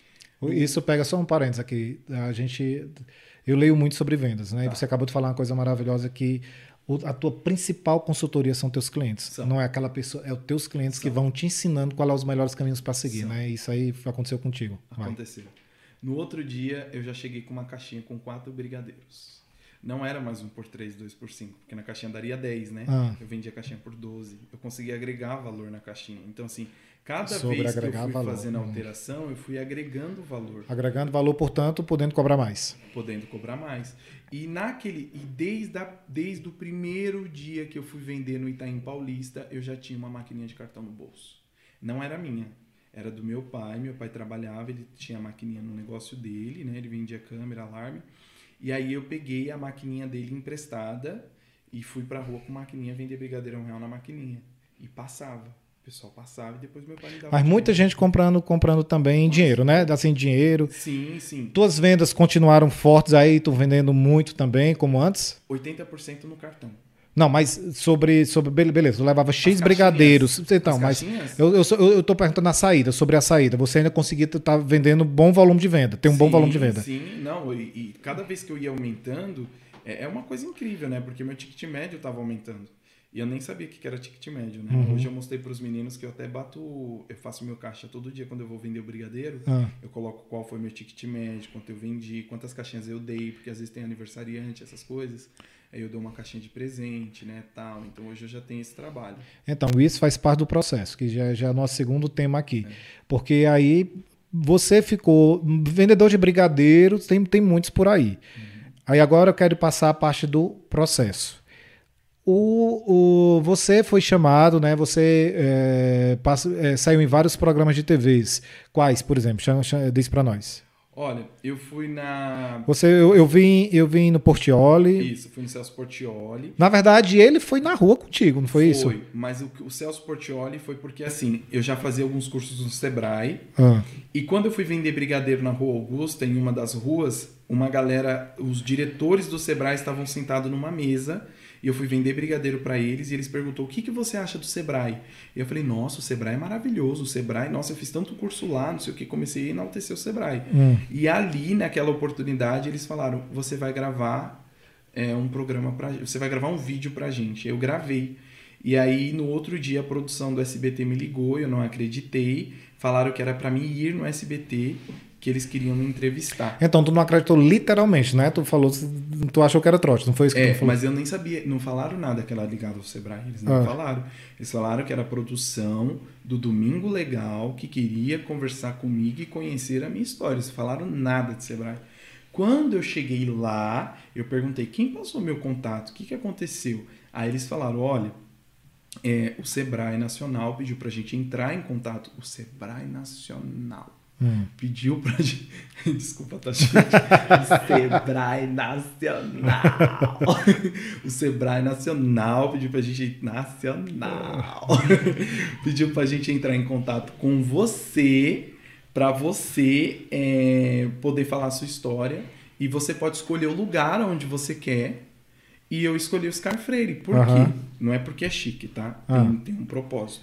Isso pega só um parênteses aqui. A gente, eu leio muito sobre vendas, né? E Tá. você acabou de falar uma coisa maravilhosa que o- a tua principal consultoria são teus clientes. São. Não é aquela pessoa, é os teus clientes que São. vão te ensinando quais são os melhores caminhos para seguir, São. né? Isso aí aconteceu contigo. Vai. Aconteceu. No outro dia, eu já cheguei com uma caixinha com quatro brigadeiros. Não era mais um por três, dois por cinco, porque na caixinha daria dez, né? Ah. Eu vendia a caixinha por doze. Eu conseguia agregar valor na caixinha. Então, assim, cada Sobre vez que eu agregar fui valor. fazendo Hum. alteração, eu fui agregando valor, Agregando valor, portanto, podendo cobrar mais. podendo cobrar mais. E naquele e desde, a, desde o primeiro dia que eu fui vender no Itaim Paulista, eu já tinha uma maquininha de cartão no bolso. Não era minha. Era do meu pai, meu pai trabalhava, ele tinha a maquininha no negócio dele, né? Ele vendia câmera, alarme. E aí eu peguei a maquininha dele emprestada e fui pra rua com a maquininha vender brigadeiro a um real na maquininha. E passava. O pessoal passava e depois meu pai me dava Mas muita dinheiro. gente comprando, comprando também dinheiro, né? Assim, dinheiro. Sim, sim. Tuas vendas continuaram fortes aí, tu vendendo muito também, como antes? oitenta por cento no cartão. Não, mas sobre, sobre be- beleza, eu levava X As brigadeiros. caixinhas. Então, As mas caixinhas? eu, eu, sou- eu, eu tô perguntando a saída, sobre a saída. Você ainda conseguia estar vendendo bom volume de venda, tem um bom Sim, volume de venda. Sim, não, e, e cada vez que eu ia aumentando, é, é uma coisa incrível, né? Porque meu ticket médio estava aumentando. E eu nem sabia o que que era ticket médio, né? Uhum. Hoje eu mostrei para os meninos que eu até bato, eu faço meu caixa todo dia quando eu vou vender o brigadeiro. Ah. Eu coloco qual foi meu ticket médio, quanto eu vendi, quantas caixinhas eu dei, porque às vezes tem aniversariante, essas coisas. Aí eu dou uma caixinha de presente, né, tal. Então hoje eu já tenho esse trabalho. Então, isso faz parte do processo, que já, já é o nosso segundo tema aqui. É. Porque aí você ficou vendedor de brigadeiros, tem, tem muitos por aí. Uhum. Aí agora eu quero passar a parte do processo. O, o, você foi chamado, né? Você é, passa, é, saiu em vários programas de T Vs. Quais, por exemplo? Chama, chama, diz para nós. Olha, eu fui na... Você, eu, eu, vim, eu vim no Portioli. Isso, fui no Celso Portioli. Na verdade, ele foi na rua contigo, não foi, foi isso? Foi, mas o, o Celso Portioli foi porque, assim, eu já fazia alguns cursos no Sebrae. Ah. E quando eu fui vender brigadeiro na Rua Augusta, em uma das ruas, uma galera, os diretores do Sebrae estavam sentados numa mesa... E eu fui vender brigadeiro para eles e eles perguntou o que, que você acha do Sebrae? E eu falei, nossa, o Sebrae é maravilhoso, o Sebrae, nossa, eu fiz tanto curso lá, não sei o que, comecei a enaltecer o Sebrae. Hum. E ali, naquela oportunidade, eles falaram, você vai gravar é, um programa pra você vai gravar um vídeo pra gente. Eu gravei. E aí, no outro dia, a produção do S B T me ligou, eu não acreditei, falaram que era para mim ir no S B T, que eles queriam me entrevistar. Então, tu não acreditou literalmente, né? Tu falou, tu achou que era trote, não foi isso que é, tu falou? Mas eu nem sabia, não falaram nada que era ligado ao Sebrae, eles não ah. falaram. Eles falaram que era a produção do Domingo Legal, que queria conversar comigo e conhecer a minha história. Eles falaram nada de Sebrae. Quando eu cheguei lá, eu perguntei, quem passou meu contato? O que, que aconteceu? Aí eles falaram, olha, é, o Sebrae Nacional pediu pra gente entrar em contato. O Sebrae Nacional. Hum. Pediu pra gente. Desculpa, tá gente. O Sebrae Nacional. O Sebrae Nacional pediu pra gente. Nacional. Pediu pra gente entrar em contato com você, pra você é, poder falar a sua história. E você pode escolher o lugar onde você quer. E eu escolhi o Oscar Freire. Por uh-huh. quê? Não é porque é chique, tá? Tem, uh-huh. tem um propósito.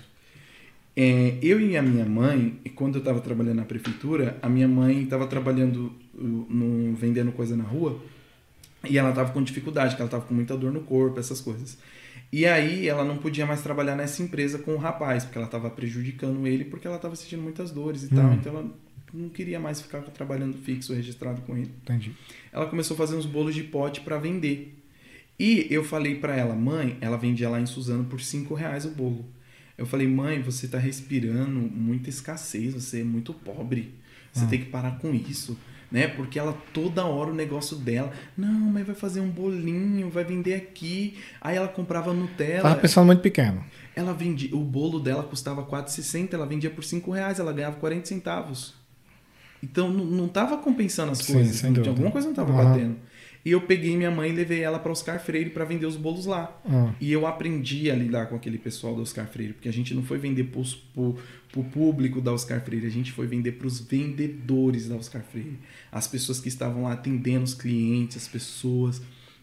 É, eu e a minha mãe, quando eu estava trabalhando na prefeitura, a minha mãe estava trabalhando, no, vendendo coisa na rua, e ela estava com dificuldade, porque ela estava com muita dor no corpo, essas coisas. E aí ela não podia mais trabalhar nessa empresa com o rapaz, porque ela estava prejudicando ele, porque ela estava sentindo muitas dores e hum. tal, então ela não queria mais ficar trabalhando fixo, registrado com ele. Entendi. Ela começou a fazer uns bolos de pote para vender. E eu falei para ela, mãe, ela vendia lá em Suzano por cinco reais o bolo. Eu falei, mãe, você tá respirando muita escassez, você é muito pobre, você ah. tem que parar com isso, né? Porque ela, toda hora o negócio dela, não, mas vai fazer um bolinho, vai vender aqui. Aí ela comprava Nutella. Tava pensando muito pequeno. Ela vendia, o bolo dela custava quatro reais e sessenta centavos, ela vendia por cinco reais, ela ganhava quarenta centavos. Então não, não tava compensando as Sim, coisas, sem não, alguma coisa não tava uhum. batendo. E eu peguei minha mãe e levei ela para Oscar Freire para vender os bolos lá. Uhum. E eu aprendi a lidar com aquele pessoal da Oscar Freire, porque a gente não foi vender para o público da Oscar Freire, a gente foi vender para os vendedores da Oscar Freire. As pessoas que estavam lá atendendo os clientes, as pessoas,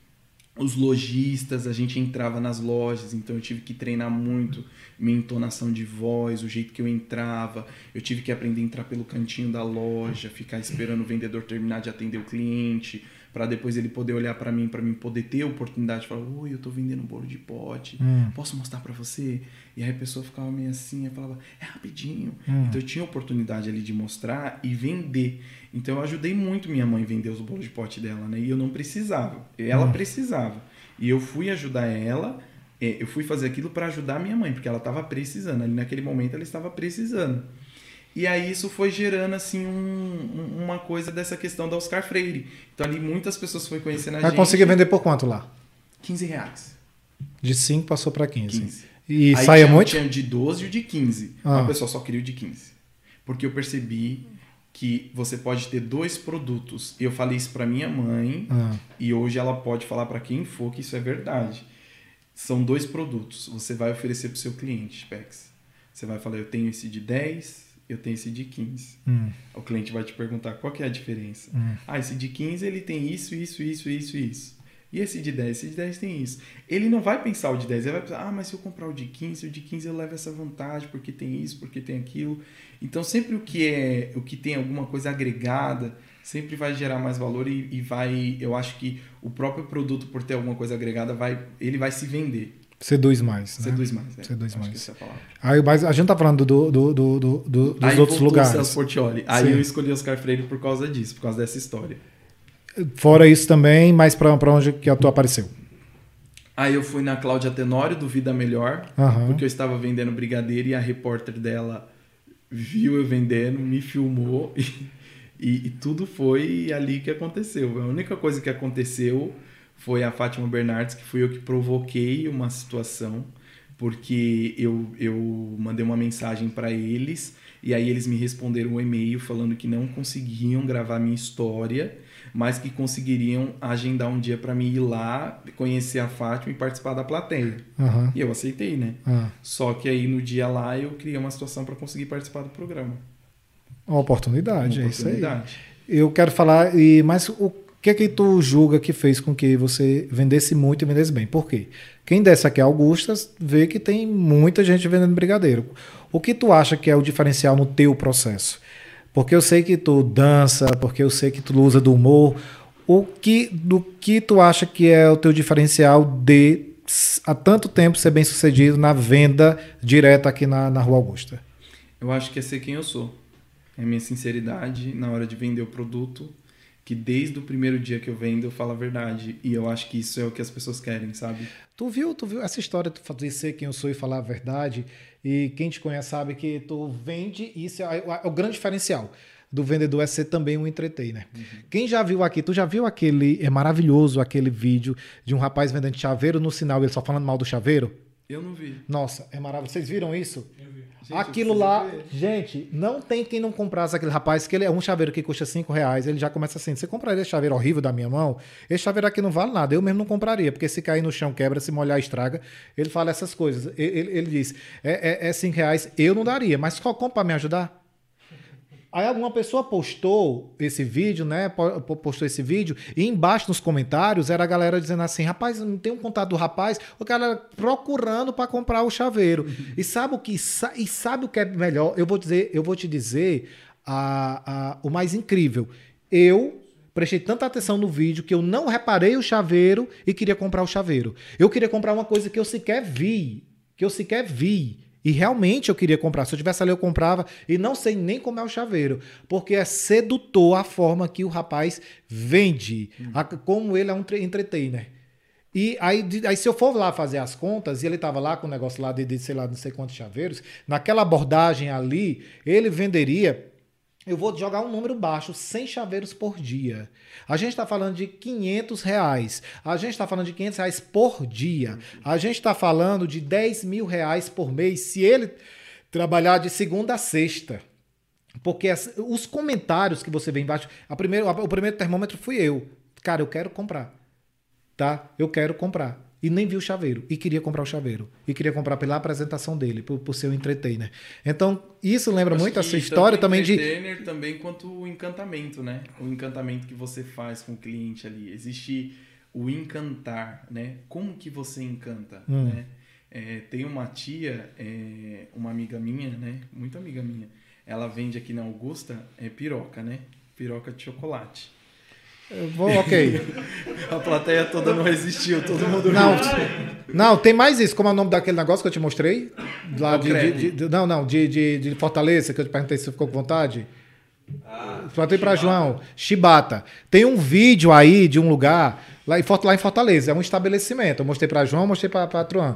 os lojistas, a gente entrava nas lojas, então eu tive que treinar muito minha entonação de voz, o jeito que eu entrava, eu tive que aprender a entrar pelo cantinho da loja, ficar esperando o vendedor terminar de atender o cliente, para depois ele poder olhar para mim, para mim poder ter a oportunidade de falar, oi, eu tô vendendo um bolo de pote, hum. posso mostrar para você? E aí a pessoa ficava meio assim, eu falava, é rapidinho. Hum. Então eu tinha a oportunidade ali de mostrar e vender. Então eu ajudei muito minha mãe a vender os bolos de pote dela, né? E eu não precisava, ela hum. precisava. E eu fui ajudar ela, eu fui fazer aquilo para ajudar a minha mãe, porque ela estava precisando, ali naquele momento ela estava precisando. E aí isso foi gerando assim um, uma coisa dessa questão da Oscar Freire. Então ali muitas pessoas foram conhecendo a Ela gente. conseguia vender por quanto lá? quinze reais. De cinco passou para quinze. quinze. E aí saía tinha, muito? Tinha de doze e o de quinze. Ah. Uma pessoa só queria o de quinze. Porque eu percebi que você pode ter dois produtos. Eu falei isso para minha mãe ah. e hoje ela pode falar para quem for que isso é verdade. São dois produtos. Você vai oferecer para o seu cliente, Pex. Você vai falar, eu tenho esse de dez... eu tenho esse de quinze. Hum. O cliente vai te perguntar qual que é a diferença. Hum. Ah, esse de quinze ele tem isso, isso, isso, isso, isso. E esse de dez? Esse de dez tem isso. Ele não vai pensar o de dez, ele vai pensar, ah, mas se eu comprar o de quinze, o de quinze eu levo essa vantagem, porque tem isso, porque tem aquilo. Então, sempre o que é, o que tem alguma coisa agregada, sempre vai gerar mais valor e, e vai, eu acho que o próprio produto, por ter alguma coisa agregada, vai, ele vai se vender. Seduz mais. Né? Seduz mais, é. Seduz Acho mais. que essa é a palavra. Aí, mas a gente tá falando do, do, do, do, do, dos aí outros lugares. Celso Portiolli. Aí Sim. eu escolhi Oscar Freire por causa disso, por causa dessa história. Fora isso também, mas pra, pra onde que tu apareceu? Aí eu fui na Cláudia Tenório, do Vida Melhor, Uhum. porque eu estava vendendo brigadeiro e a repórter dela viu eu vendendo, me filmou e, e, e tudo foi ali que aconteceu. A única coisa que aconteceu foi a Fátima Bernardes, que fui eu que provoquei uma situação, porque eu, eu mandei uma mensagem para eles e aí eles me responderam um e-mail falando que não conseguiam gravar minha história, mas que conseguiriam agendar um dia para mim ir lá, conhecer a Fátima e participar da plateia. Uhum. E eu aceitei, né? Uhum. Só que aí no dia lá eu criei uma situação para conseguir participar do programa. Uma oportunidade, Uma é isso aí. oportunidade. Eu quero falar, e, mas o que é que tu julga que fez com que você vendesse muito e vendesse bem? Por quê? Quem desce aqui a Augustas vê que tem muita gente vendendo brigadeiro. O que tu acha que é o diferencial no teu processo? Porque eu sei que tu dança, porque eu sei que tu usa do humor. O que, do que tu acha que é o teu diferencial de há tanto tempo ser bem sucedido na venda direta aqui na, na Rua Augusta? Eu acho que é ser quem eu sou. É a minha sinceridade na hora de vender o produto, que desde o primeiro dia que eu vendo eu falo a verdade. E eu acho que isso é o que as pessoas querem, sabe? Tu viu, tu viu essa história de ser quem eu sou e falar a verdade? E quem te conhece sabe que tu vende, isso é, é o grande diferencial do vendedor, é ser também um entertainer. Uhum. Quem já viu aqui, tu já viu aquele, é maravilhoso aquele vídeo de um rapaz vendendo chaveiro no sinal, ele só falando mal do chaveiro? Eu não vi. Nossa, é maravilhoso. Vocês viram isso? Eu vi. Gente, aquilo lá, ver. gente, não tem quem não comprasse aquele rapaz, que ele é um chaveiro que custa cinco reais, ele já começa assim, você compraria esse chaveiro horrível da minha mão? Esse chaveiro aqui não vale nada, eu mesmo não compraria, porque se cair no chão quebra, se molhar estraga, ele fala essas coisas. Ele, ele, ele diz, é, é, é cinco reais, eu não daria, mas qual compra para me ajudar? Aí alguma pessoa postou esse vídeo, né? Postou esse vídeo, e embaixo nos comentários era a galera dizendo assim: rapaz, não tem um contato do rapaz, o cara procurando para comprar o chaveiro. E sabe o que e sabe o que é melhor? Eu vou dizer, eu vou te dizer a, a, o mais incrível. Eu prestei tanta atenção no vídeo que eu não reparei o chaveiro e queria comprar o chaveiro. Eu queria comprar uma coisa que eu sequer vi, que eu sequer vi. E realmente eu queria comprar. Se eu tivesse ali, eu comprava. E não sei nem como é o chaveiro. Porque é sedutor a forma que o rapaz vende. Hum. A, como ele é um entertainer. E aí, aí, se eu for lá fazer as contas, e ele estava lá com o negócio lá de, de, sei lá, não sei quantos chaveiros, naquela abordagem ali, ele venderia... Eu vou jogar um número baixo, cem chaveiros por dia. A gente está falando de quinhentos reais. A gente está falando de quinhentos reais por dia. A gente está falando de dez mil reais por mês se ele trabalhar de segunda a sexta. Porque as, os comentários que você vê embaixo... A primeiro, a, o primeiro termômetro fui eu. Cara, eu quero comprar. Tá? Eu quero comprar. E nem vi o chaveiro. E queria comprar o chaveiro. E queria comprar pela apresentação dele, por, por ser um entertainer. Então, isso lembra Acho muito essa que história também de... entertainer também quanto o encantamento, né? O encantamento que você faz com o cliente ali. Existe o encantar, né? Como que você encanta, hum. né? É, tem uma tia, é, uma amiga minha, né? Muito amiga minha. Ela vende aqui na Augusta é, piroca, né? Piroca de chocolate. Eu vou, ok. A plateia toda não resistiu, todo mundo não, não, tem mais isso. Como é o nome daquele negócio que eu te mostrei? Lá de, de, de, não, não, de, de, de Fortaleza, que eu te perguntei se você ficou com vontade. Ah, Falei para João. Chibata. Tem um vídeo aí de um lugar, lá em Fortaleza, é um estabelecimento. Eu mostrei para João, mostrei para a Truan.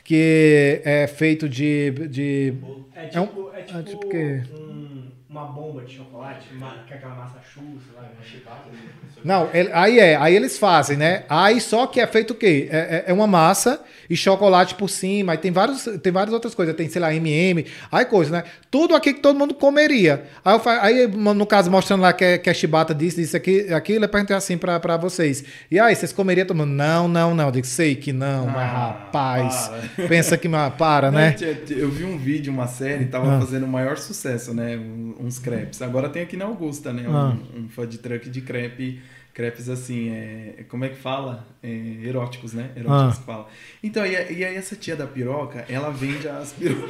Que é feito de... de é tipo, é um, é tipo, é tipo que... um, uma bomba de chocolate, uma, que é aquela massa churros, lá, uma chibata. Não, ele, aí é, aí eles fazem, né? Aí só que é feito o quê? É, é, é uma massa e chocolate por cima, aí tem, vários, tem várias outras coisas, tem, sei lá, M e M, aí coisa, né? Tudo aqui que todo mundo comeria. Aí, eu, aí no caso, mostrando lá que é, que é chibata disso, disso, aqui, aquilo, eu perguntei assim pra, pra vocês. E aí, vocês comeriam todo mundo? Não, não, não. Eu digo, sei que não, ah, mas rapaz, para. pensa que, para, não, né? Eu vi um vídeo, uma série, tava ah. fazendo o maior sucesso, né? Um, uns crepes. Agora tem aqui na Augusta, né? Ah. Um, um food truck de crepe, crepes assim, é, como é que fala? É, eróticos, né? Eróticos Ah. que fala. Então, e, e aí essa tia da piroca, ela vende as pirocas.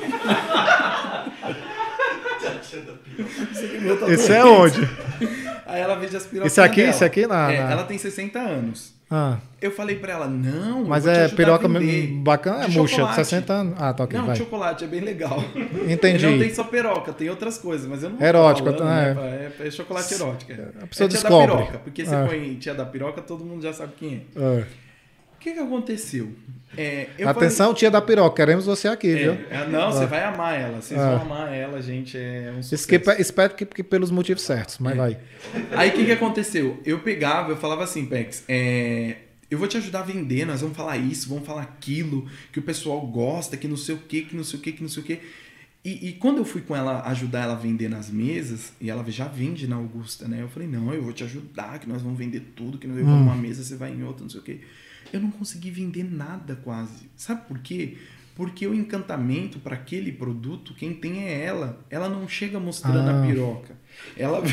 Esse é onde? Aí ela vende as pirocas. Esse aqui, dela. esse aqui na... É, na- ela tem sessenta anos. Ah. Eu falei pra ela, não, Mas eu vou te é ajudar piroca a vender. mesmo bacana, é De murcha, de chocolate. sessenta anos. Ah, tá ok, Não, vai. de chocolate, é bem legal. Entendi. E não tem só piroca, tem outras coisas, mas eu não vou Erótico, ficar falando, é. né? É, é chocolate erótico. É. A pessoa é tia descobre. da piroca, porque você É. põe tia da piroca, todo mundo já sabe quem é. É. O que que aconteceu? É, eu Atenção, tia da piroca, queremos você aqui, falei, viu? é, é, não, você Ah. vai amar ela, vocês Ah. vão amar ela, gente, é um sucesso. Isso que, espero que, que pelos motivos certos, mas É. vai. Aí o que, que aconteceu? Eu pegava, eu falava assim, Pex, é, eu vou te ajudar a vender, nós vamos falar isso, vamos falar aquilo, que o pessoal gosta, que não sei o que, que não sei o que, que não sei o que. E, e quando eu fui com ela, ajudar ela a vender nas mesas, e ela já vende na Augusta, né? Eu falei, não, eu vou te ajudar, que nós vamos vender tudo, que nós eu vou Hum. numa mesa, você vai em outra, não sei o que. Eu não consegui vender nada quase. Sabe por quê? Porque o encantamento para aquele produto, quem tem é ela. Ela não chega mostrando Ah. a piroca. Ela...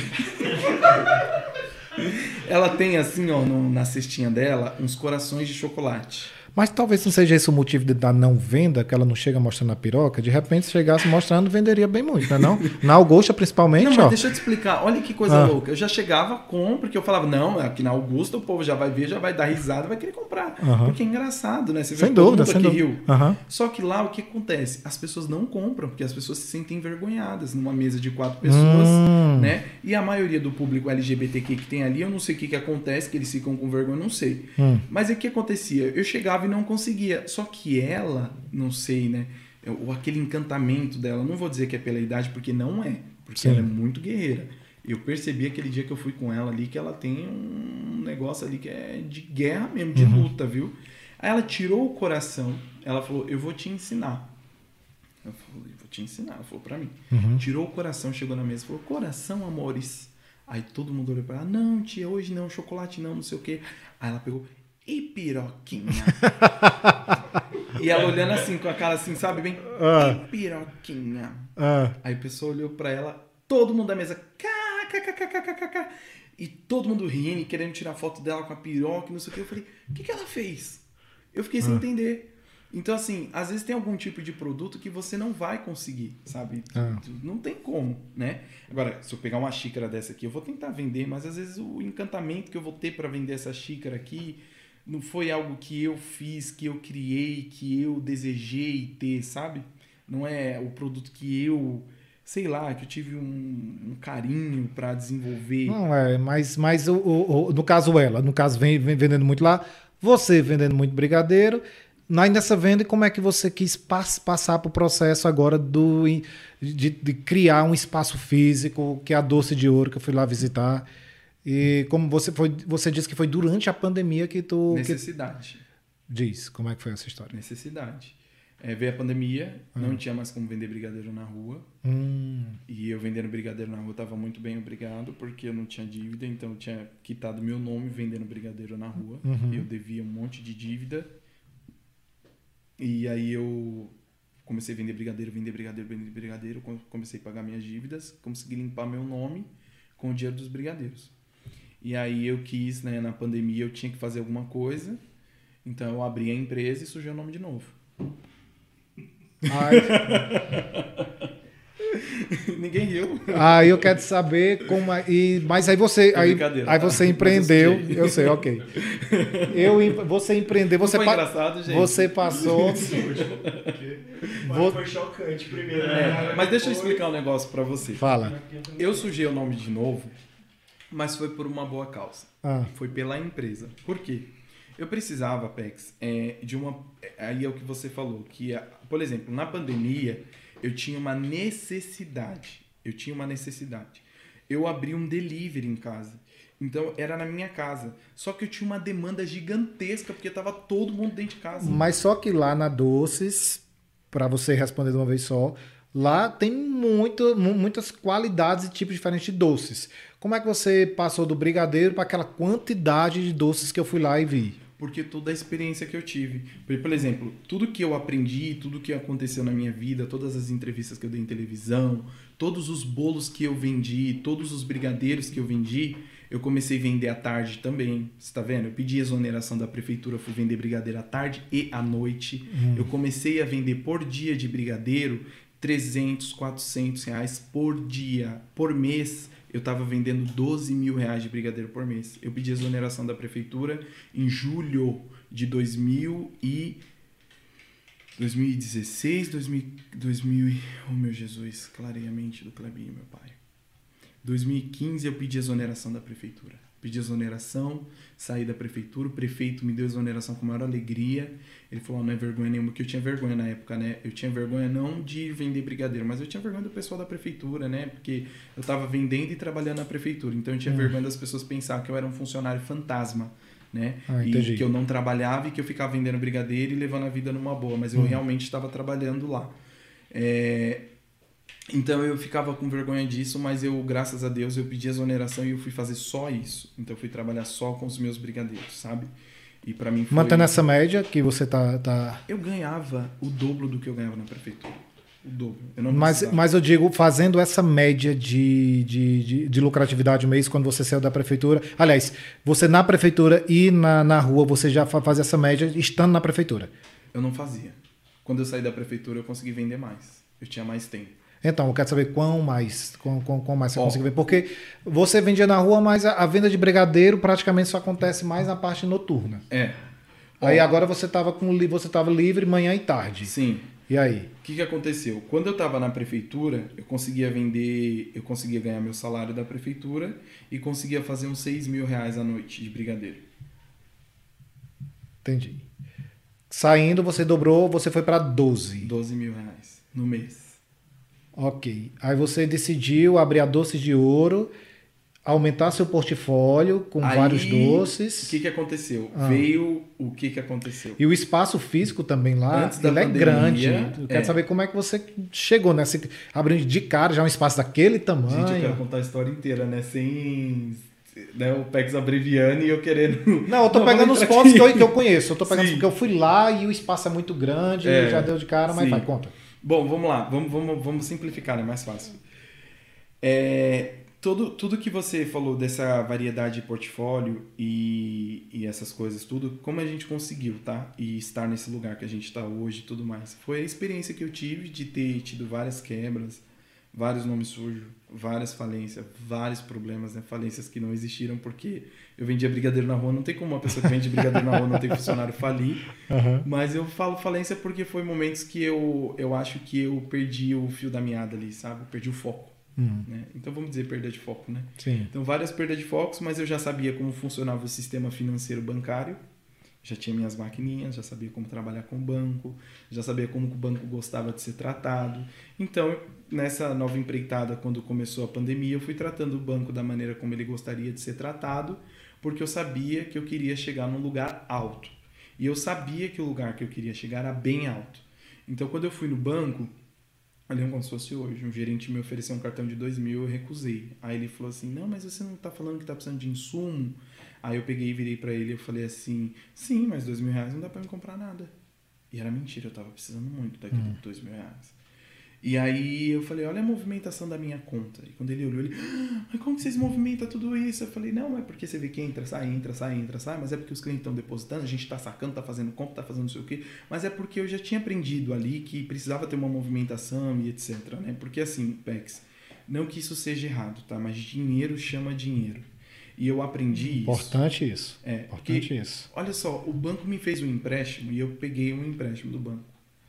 Ela tem assim, ó, no- na cestinha dela, uns corações de chocolate. Mas talvez não seja esse o motivo de- da não venda, que ela não chega mostrando a piroca. De repente, se chegasse mostrando, venderia bem muito, não é não? Na Augusta, principalmente, Não, mas ó. deixa eu te explicar. Olha que coisa Ah. louca. Eu já chegava com, porque eu falava, não, aqui na Augusta o povo já vai ver, já vai dar risada, vai querer comprar. Aham. Porque é engraçado, né? Você vê Sem que todo dúvida, mundo sem aqui dúvida. riu. Aham. Só que lá o que acontece? As pessoas não compram, porque as pessoas se sentem envergonhadas numa mesa de quatro pessoas, Hum. né? E a maioria do público L G B T Q que tem ali, eu não sei o que, que acontece, que eles ficam com vergonha, eu não sei. Hum. Mas o que acontecia? Eu chegava e não conseguia. Só que ela, não sei, né? O, aquele encantamento dela, não vou dizer que é pela idade, porque não é. Porque Sim. ela é muito guerreira. Eu percebi aquele dia que eu fui com ela ali que ela tem um negócio ali que é de guerra mesmo, de Uhum. luta, viu? Aí ela tirou o coração, ela falou, eu vou te ensinar. Eu falei, vou te ensinar. Ela falou pra mim. Uhum. Tirou o coração, chegou na mesa e falou, coração, amores. Aí todo mundo olhou pra ela, não, tia, hoje não, chocolate não, não sei o quê. Aí ela pegou, e piroquinha? E ela olhando assim, com a cara assim, sabe, bem, Ah. e piroquinha? Ah. Aí o pessoal olhou pra ela, todo mundo da mesa, kkkkkk, e todo mundo rindo, e querendo tirar foto dela com a piroca, e não sei o que. Eu falei, o que, que ela fez? Eu fiquei sem Ah. entender. Então, assim, às vezes tem algum tipo de produto que você não vai conseguir, sabe? Ah. Não tem como, né? Agora, se eu pegar uma xícara dessa aqui, eu vou tentar vender, mas às vezes o encantamento que eu vou ter para vender essa xícara aqui não foi algo que eu fiz, que eu criei, que eu desejei ter, sabe? Não é o produto que eu, sei lá, que eu tive um, um carinho para desenvolver. Não, é, mas, mas o, o- o- no caso ela, no caso vem, vem vendendo muito lá, você vendendo muito brigadeiro, aí nessa venda, como é que você quis pas- passar para o processo agora do, de, de criar um espaço físico, que é a Doce de Ouro, que eu fui lá visitar, e como você, foi, você disse que foi durante a pandemia que tu... Que, Necessidade. diz, como é que foi essa história? Necessidade. É, veio a pandemia, não tinha mais como vender brigadeiro na rua. Hum, E eu vendendo brigadeiro na rua estava muito bem, obrigado, porque eu não tinha dívida, então eu tinha quitado meu nome vendendo brigadeiro na rua. Uhum. Eu devia um monte de dívida. E aí eu comecei a vender brigadeiro, vender brigadeiro, vender brigadeiro, com- comecei a pagar minhas dívidas, consegui limpar meu nome com o dinheiro dos brigadeiros. E aí eu quis, né, na pandemia eu tinha que fazer alguma coisa, então eu abri a empresa e sujei o nome de novo. Ai, Ninguém riu. aí eu quero saber como é, e, mas aí você É aí, brincadeira, aí tá? você Mas eu empreendeu, sujei. eu sei, ok. Eu, em- você empreendeu, você, Não foi pa- engraçado, gente. você passou. Mas Vou- foi chocante primeiro. É, né? mas deixa eu Depois- explicar um negócio pra você. Fala. Eu sujei o nome de novo, mas foi por uma boa causa. Ah, Foi pela empresa. Por quê? Eu precisava, Pex, é, de uma... Aí é o que você falou, que, a- por exemplo, na pandemia, eu tinha uma necessidade. Eu tinha uma necessidade. Eu abri um delivery em casa. Então, era na minha casa. Só que eu tinha uma demanda gigantesca, porque tava todo mundo dentro de casa. mas só que lá na Doces, para você responder de uma vez só, lá tem muito, mu- muitas qualidades e tipos diferentes de doces. Como é que você passou do brigadeiro para aquela quantidade de doces que eu fui lá e vi? porque toda a experiência que eu tive. Por, por exemplo, tudo que eu aprendi, tudo que aconteceu na minha vida, todas as entrevistas que eu dei em televisão, todos os bolos que eu vendi, todos os brigadeiros que eu vendi, eu comecei a vender à tarde também. Você tá vendo? Eu pedi exoneração da prefeitura, fui vender brigadeiro à tarde e à noite. Hum. Eu comecei a vender por dia de brigadeiro trezentos, quatrocentos reais por dia. Por mês, eu estava vendendo doze mil reais de brigadeiro por mês. Eu pedi exoneração da prefeitura em julho de dois mil e dezesseis, dois mil, dois mil, oh meu Jesus, clarei a mente do Clebinho, meu pai. dois mil e quinze eu pedi exoneração da prefeitura. Pedi exoneração, saí da prefeitura, o prefeito me deu exoneração com a maior alegria. Ele falou, oh, não é vergonha nenhuma, que eu tinha vergonha na época, né? Eu tinha vergonha não de vender brigadeiro, mas eu tinha vergonha do pessoal da prefeitura, né? Porque eu estava vendendo e trabalhando na prefeitura, então eu tinha hum. vergonha das pessoas pensar que eu era um funcionário fantasma, né? Ah, e que eu não trabalhava e que eu ficava vendendo brigadeiro e levando a vida numa boa, mas eu hum. realmente estava trabalhando lá. É... Então eu ficava com vergonha disso, mas eu, graças a Deus, eu pedi exoneração e eu fui fazer só isso. Então eu fui trabalhar só com os meus brigadeiros, sabe? E para mim foi... Mantendo essa média que você tá, tá... Eu ganhava o dobro do que eu ganhava na prefeitura. O dobro. Eu não mas, mas eu digo, fazendo essa média de, de, de, de lucratividade mês quando você saiu da prefeitura. Aliás, você na prefeitura e na, na rua, você já fazia essa média estando na prefeitura? Eu não fazia. Quando eu saí da prefeitura, eu consegui vender mais. Eu tinha mais tempo. Então, eu quero saber quão mais, quão, quão, quão mais você oh. conseguiu vender. Porque você vendia na rua, mas a, a venda de brigadeiro praticamente só acontece mais na parte noturna. É. Aí oh. agora você estava com você estava livre manhã e tarde. Sim. E aí? O que, que aconteceu? Quando eu estava na prefeitura, eu conseguia vender, eu conseguia ganhar meu salário da prefeitura e conseguia fazer uns seis mil reais à noite de brigadeiro. Entendi. Saindo, você dobrou, você foi para doze. doze mil reais no mês. Ok. Aí você decidiu abrir a Doces de Ouro, aumentar seu portfólio com Aí, vários doces. O que, que aconteceu? Ah. Veio o que, que aconteceu. E o espaço físico também lá, Antes da ele pandemia, é grande. Eu quero é. saber como é que você chegou nessa... Abrindo de cara já um espaço daquele tamanho. Gente, eu quero contar a história inteira, né? Sem... Né, o P E X abreviando e eu querendo... Não, eu tô não, pegando os pontos que eu, que eu conheço. Eu tô pegando porque eu fui lá e o espaço é muito grande, é, já deu de cara, mas sim. vai, conta. Bom, vamos lá. Vamos, vamos, vamos simplificar, é mais fácil. É, tudo, tudo que você falou dessa variedade de portfólio e, e essas coisas, tudo, como a gente conseguiu, tá? E estar nesse lugar que a gente está hoje e tudo mais. Foi a experiência que eu tive de ter tido várias quebras, vários nomes sujos, várias falências, vários problemas, né? Falências que não existiram porque eu vendia brigadeiro na rua. Não tem como uma pessoa que vende brigadeiro na rua não ter funcionário falir. Uhum. Mas eu falo falência porque foi momentos que eu, eu acho que eu perdi o fio da meada ali, sabe? Eu perdi o foco. Uhum. Né? Então vamos dizer perda de foco, né? Sim. Então várias perdas de focos, mas eu já sabia como funcionava o sistema financeiro bancário. Já tinha minhas maquininhas, já sabia como trabalhar com o banco, já sabia como o banco gostava de ser tratado. Então, nessa nova empreitada, quando começou a pandemia, eu fui tratando o banco da maneira como ele gostaria de ser tratado, porque eu sabia que eu queria chegar num lugar alto. E eu sabia que o lugar que eu queria chegar era bem alto. Então, quando eu fui no banco, eu lembro como se fosse hoje, um gerente me ofereceu um cartão de dois mil, eu recusei. Aí ele falou assim, não, mas você não está falando que está precisando de insumo? Aí eu peguei e virei pra ele e eu falei assim, sim, mas dois mil reais não dá pra me comprar nada. E era mentira, eu tava precisando muito daquele hum. dois mil reais. E aí eu falei, olha a movimentação da minha conta. E quando ele olhou, ele, ah, como que vocês movimentam tudo isso? Eu falei, não, é porque você vê que entra, sai, entra, sai, entra, sai, mas é porque os clientes estão depositando, a gente tá sacando, tá fazendo compra, tá fazendo não sei o quê. Mas é porque eu já tinha aprendido ali que precisava ter uma movimentação e etcétera. Né? Porque assim, P E X, não que isso seja errado, tá? Mas dinheiro chama dinheiro. E eu aprendi Importante isso. isso. É, Importante porque, isso. Olha só, o banco me fez um empréstimo e eu peguei um empréstimo do banco.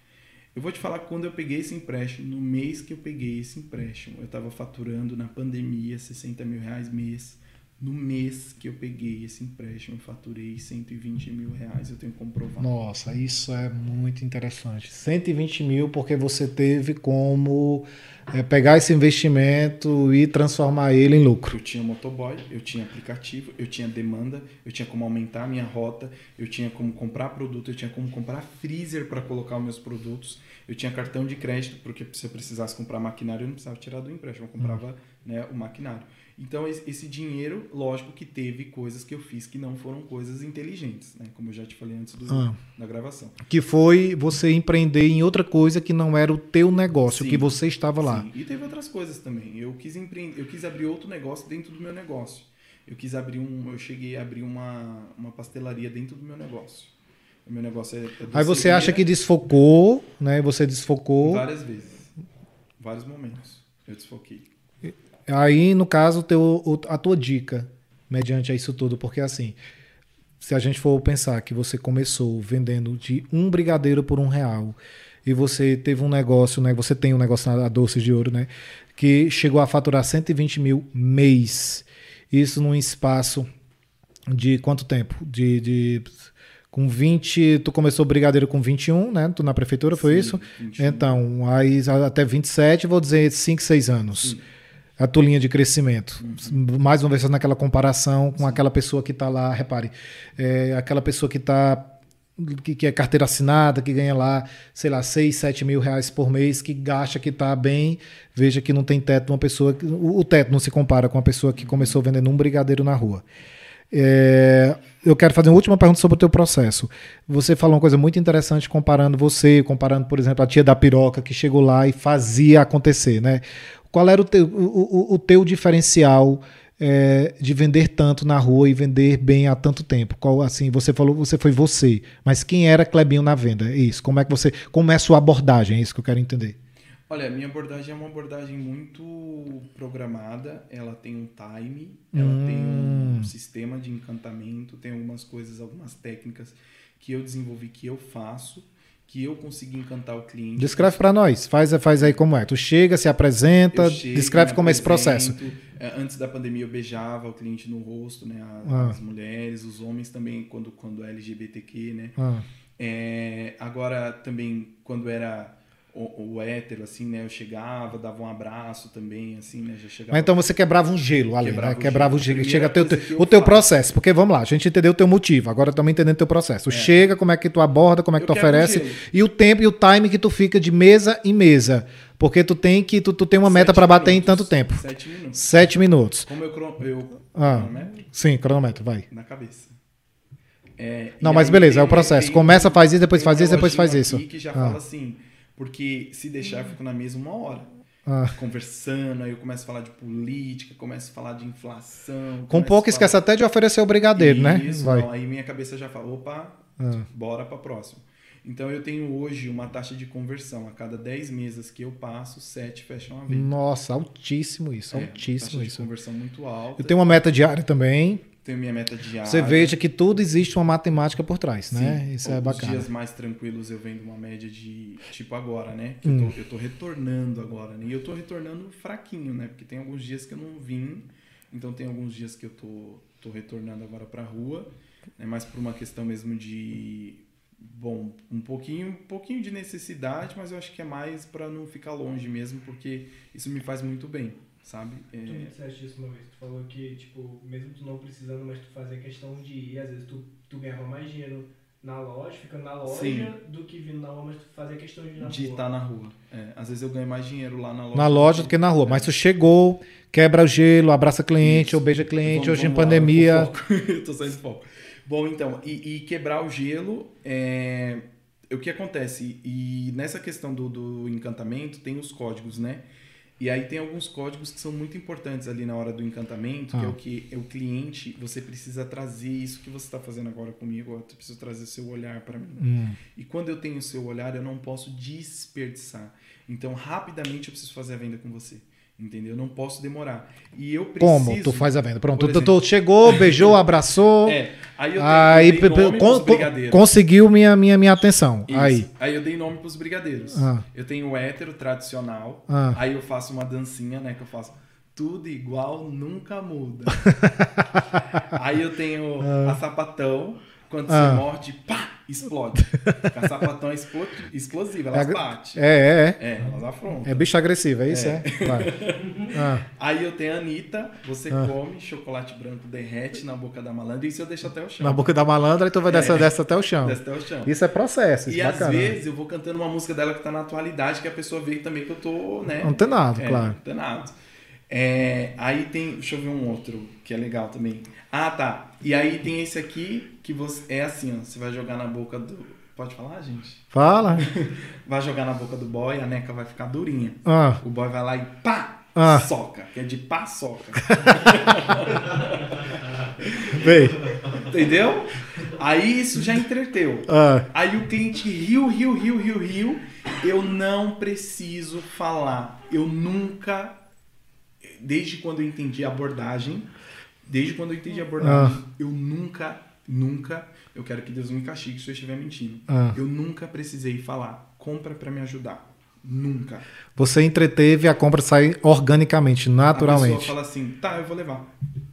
Eu vou te falar que quando eu peguei esse empréstimo, no mês que eu peguei esse empréstimo, eu estava faturando na pandemia sessenta mil reais mês. No mês que eu peguei esse empréstimo, eu faturei cento e vinte mil reais. Eu tenho como provar. Nossa, isso é muito interessante. cento e vinte mil porque você teve como é, pegar esse investimento e transformar ele em lucro. Eu tinha motoboy, eu tinha aplicativo, eu tinha demanda, eu tinha como aumentar a minha rota, eu tinha como comprar produto, eu tinha como comprar freezer para colocar os meus produtos, eu tinha cartão de crédito, porque se eu precisasse comprar maquinário, eu não precisava tirar do empréstimo, eu comprava hum. né, o maquinário. Então, esse dinheiro, lógico que teve coisas que eu fiz que não foram coisas inteligentes, né? Como eu já te falei antes do, ah. da gravação. Que foi você empreender em outra coisa que não era o teu negócio, Sim, que você estava lá. Sim, e teve outras coisas também. Eu quis empreender, eu quis abrir outro negócio dentro do meu negócio. Eu quis abrir um, eu cheguei a abrir uma, uma pastelaria dentro do meu negócio. O meu negócio é, é Aí você acha que desfocou, né? Você desfocou. Várias vezes. Vários momentos. Eu desfoquei. Aí, no caso, teu, a tua dica, mediante a isso tudo, porque assim, se a gente for pensar que você começou vendendo de um brigadeiro por um real, e você teve um negócio, né? Você tem um negócio na Doces de Ouro, né? Que chegou a faturar cento e vinte mil mês. Isso num espaço de quanto tempo? De, de com vinte, tu começou o brigadeiro com vinte e um, né? Tu na prefeitura, foi Sim, isso? vinte e um. Então, aí até vinte e sete, vou dizer cinco, seis anos. Sim. A tua linha de crescimento. Uhum. Mais uma vez naquela comparação com Sim. aquela pessoa que está lá, repare, é, aquela pessoa que está que, que é carteira assinada, que ganha lá, sei lá, seis, sete mil reais por mês, que acha que está bem, veja que não tem teto, uma pessoa, o, o teto não se compara com uma pessoa que começou vendendo um brigadeiro na rua. É, eu quero fazer uma última pergunta sobre o teu processo. Você falou uma coisa muito interessante comparando você, comparando, por exemplo, a tia da piroca que chegou lá e fazia acontecer, né? Qual era o teu, o, o, o teu diferencial é, de vender tanto na rua e vender bem há tanto tempo? Qual, assim, você falou, você foi você, mas quem era Clebinho na venda? É isso. Como é que você, como é a sua abordagem? É isso que eu quero entender. Olha, a minha abordagem é uma abordagem muito programada. Ela tem um time, ela hum. tem um sistema de encantamento, tem algumas coisas, algumas técnicas que eu desenvolvi, que eu faço, que eu consegui encantar o cliente. Descreve para nós, faz, faz aí como é. Tu chega, se apresenta, chego, descreve como é esse processo. Antes da pandemia eu beijava o cliente no rosto, né? As, ah. as mulheres, os homens também, quando, quando é L G B T Q, né? Ah. É, agora também, quando era o, o hétero, assim, né? Eu chegava, dava um abraço também, assim, né? Já chegava... Mas então você quebrava um gelo ali, quebrava né? O quebrava gelo. o gelo. Chega teu, que o teu processo, porque vamos lá, a gente entendeu o teu motivo, agora estamos entendendo o teu processo. É. Chega, como é que tu aborda, como é que eu tu oferece, e o tempo e o time que tu fica de mesa em mesa. Porque tu tem que tu, tu tem uma Sete meta para bater em tanto tempo. Sete minutos. Sete minutos. Como eu, eu ah, cronômetro? Sim, cronômetro, vai. Na cabeça. É, Não, mas beleza, é o processo. Tem, Começa, faz isso, depois faz isso, depois faz isso. Que já ah. fala assim, porque se deixar eu fico na mesa uma hora. Ah. Conversando, aí eu começo a falar de política, começo a falar de inflação. Com pouco falar... esquece até de oferecer o brigadeiro, isso, né? Isso, vai. Aí minha cabeça já fala, opa, ah. bora para próximo. Então eu tenho hoje uma taxa de conversão. A cada dez mesas que eu passo, sete fecham a venda. Nossa, altíssimo isso, é, altíssimo taxa isso. De conversão muito alta. Eu tenho uma meta diária também. Tenho minha meta diária. Você veja que tudo existe uma matemática por trás, Sim. né? Isso é bacana. Os dias mais tranquilos eu vendo uma média de, tipo agora, né? Que hum. eu, tô, eu tô retornando agora, né? E eu tô retornando fraquinho, né? Porque tem alguns dias que eu não vim. Então tem alguns dias que eu tô, tô retornando agora pra rua. Né? Mas por uma questão mesmo de... Bom, um pouquinho, um pouquinho de necessidade, mas eu acho que é mais para não ficar longe mesmo, porque isso me faz muito bem, sabe? É... Tu me disseste isso uma vez, tu falou que, tipo, mesmo tu não precisando, mas tu fazia questão de ir, às vezes tu, tu ganhava mais dinheiro na loja, ficando na loja, Sim. do que vindo na rua, mas tu fazia questão de ir na de rua. De estar na rua. É, às vezes eu ganho mais dinheiro lá na loja. Na loja do que na rua, é. Mas tu chegou, quebra o gelo, abraça cliente, isso. Ou beija cliente, vamos, hoje vamos em pandemia... Lá, eu tô saindo de foco. Bom, então, e, e quebrar o gelo, é, o que acontece? E nessa questão do, do encantamento, tem os códigos, né? E aí tem alguns códigos que são muito importantes ali na hora do encantamento, ah. que é o que é o cliente, você precisa trazer isso que você está fazendo agora comigo, eu preciso trazer o seu olhar para mim. Hum. E quando eu tenho o seu olhar, eu não posso desperdiçar. Então, rapidamente eu preciso fazer a venda com você. Entendeu? Eu não posso demorar. E eu preciso... Como tu faz a venda? Pronto, tu, tu chegou, beijou, abraçou. É. Aí eu dei, aí, eu dei nome con, pros brigadeiros. Conseguiu minha, minha, minha atenção. Isso. Aí. Aí eu dei nome pros brigadeiros. Ah. Eu tenho o hétero tradicional. Ah. Aí eu faço uma dancinha, né? Que eu faço tudo igual, nunca muda. Aí eu tenho ah. a sapatão. Quando ah. você morde, pá, explode. A sapatão é explo- explosiva, elas é, batem. É, é, é. É, elas afrontam. É bicho agressivo, é isso? É. é? Vai. Ah. Aí eu tenho a Anitta, você ah. come, chocolate branco derrete na boca da malandra, e isso eu deixo até o chão. Na boca da malandra, então vai descer, é. desce até o chão. Desce até o chão. Isso é processo, isso E é às bacana. vezes eu vou cantando uma música dela que tá na atualidade, que a pessoa vê também que eu tô, né? Antenado, é, claro. Antenado. É, aí tem, deixa eu ver um outro que é legal também. Ah, tá. E aí tem esse aqui que você é assim, ó, você vai jogar na boca do, pode falar, gente? Fala. Vai jogar na boca do boy, a neca vai ficar durinha. Ah. O boy vai lá e pá, ah. soca, que é de paçoca. Vem. Entendeu? Aí isso já entreteu. Ah. Aí o cliente riu, riu, riu, riu, riu. Eu não preciso falar. Eu nunca, desde quando eu entendi a abordagem, desde quando eu entendi a abordagem, ah. eu nunca, nunca, eu quero que Deus me castigue se eu estiver mentindo. Ah. Eu nunca precisei falar, compra pra me ajudar. Nunca. Você entreteve a compra sair organicamente, naturalmente. A pessoa fala assim, tá, eu vou levar.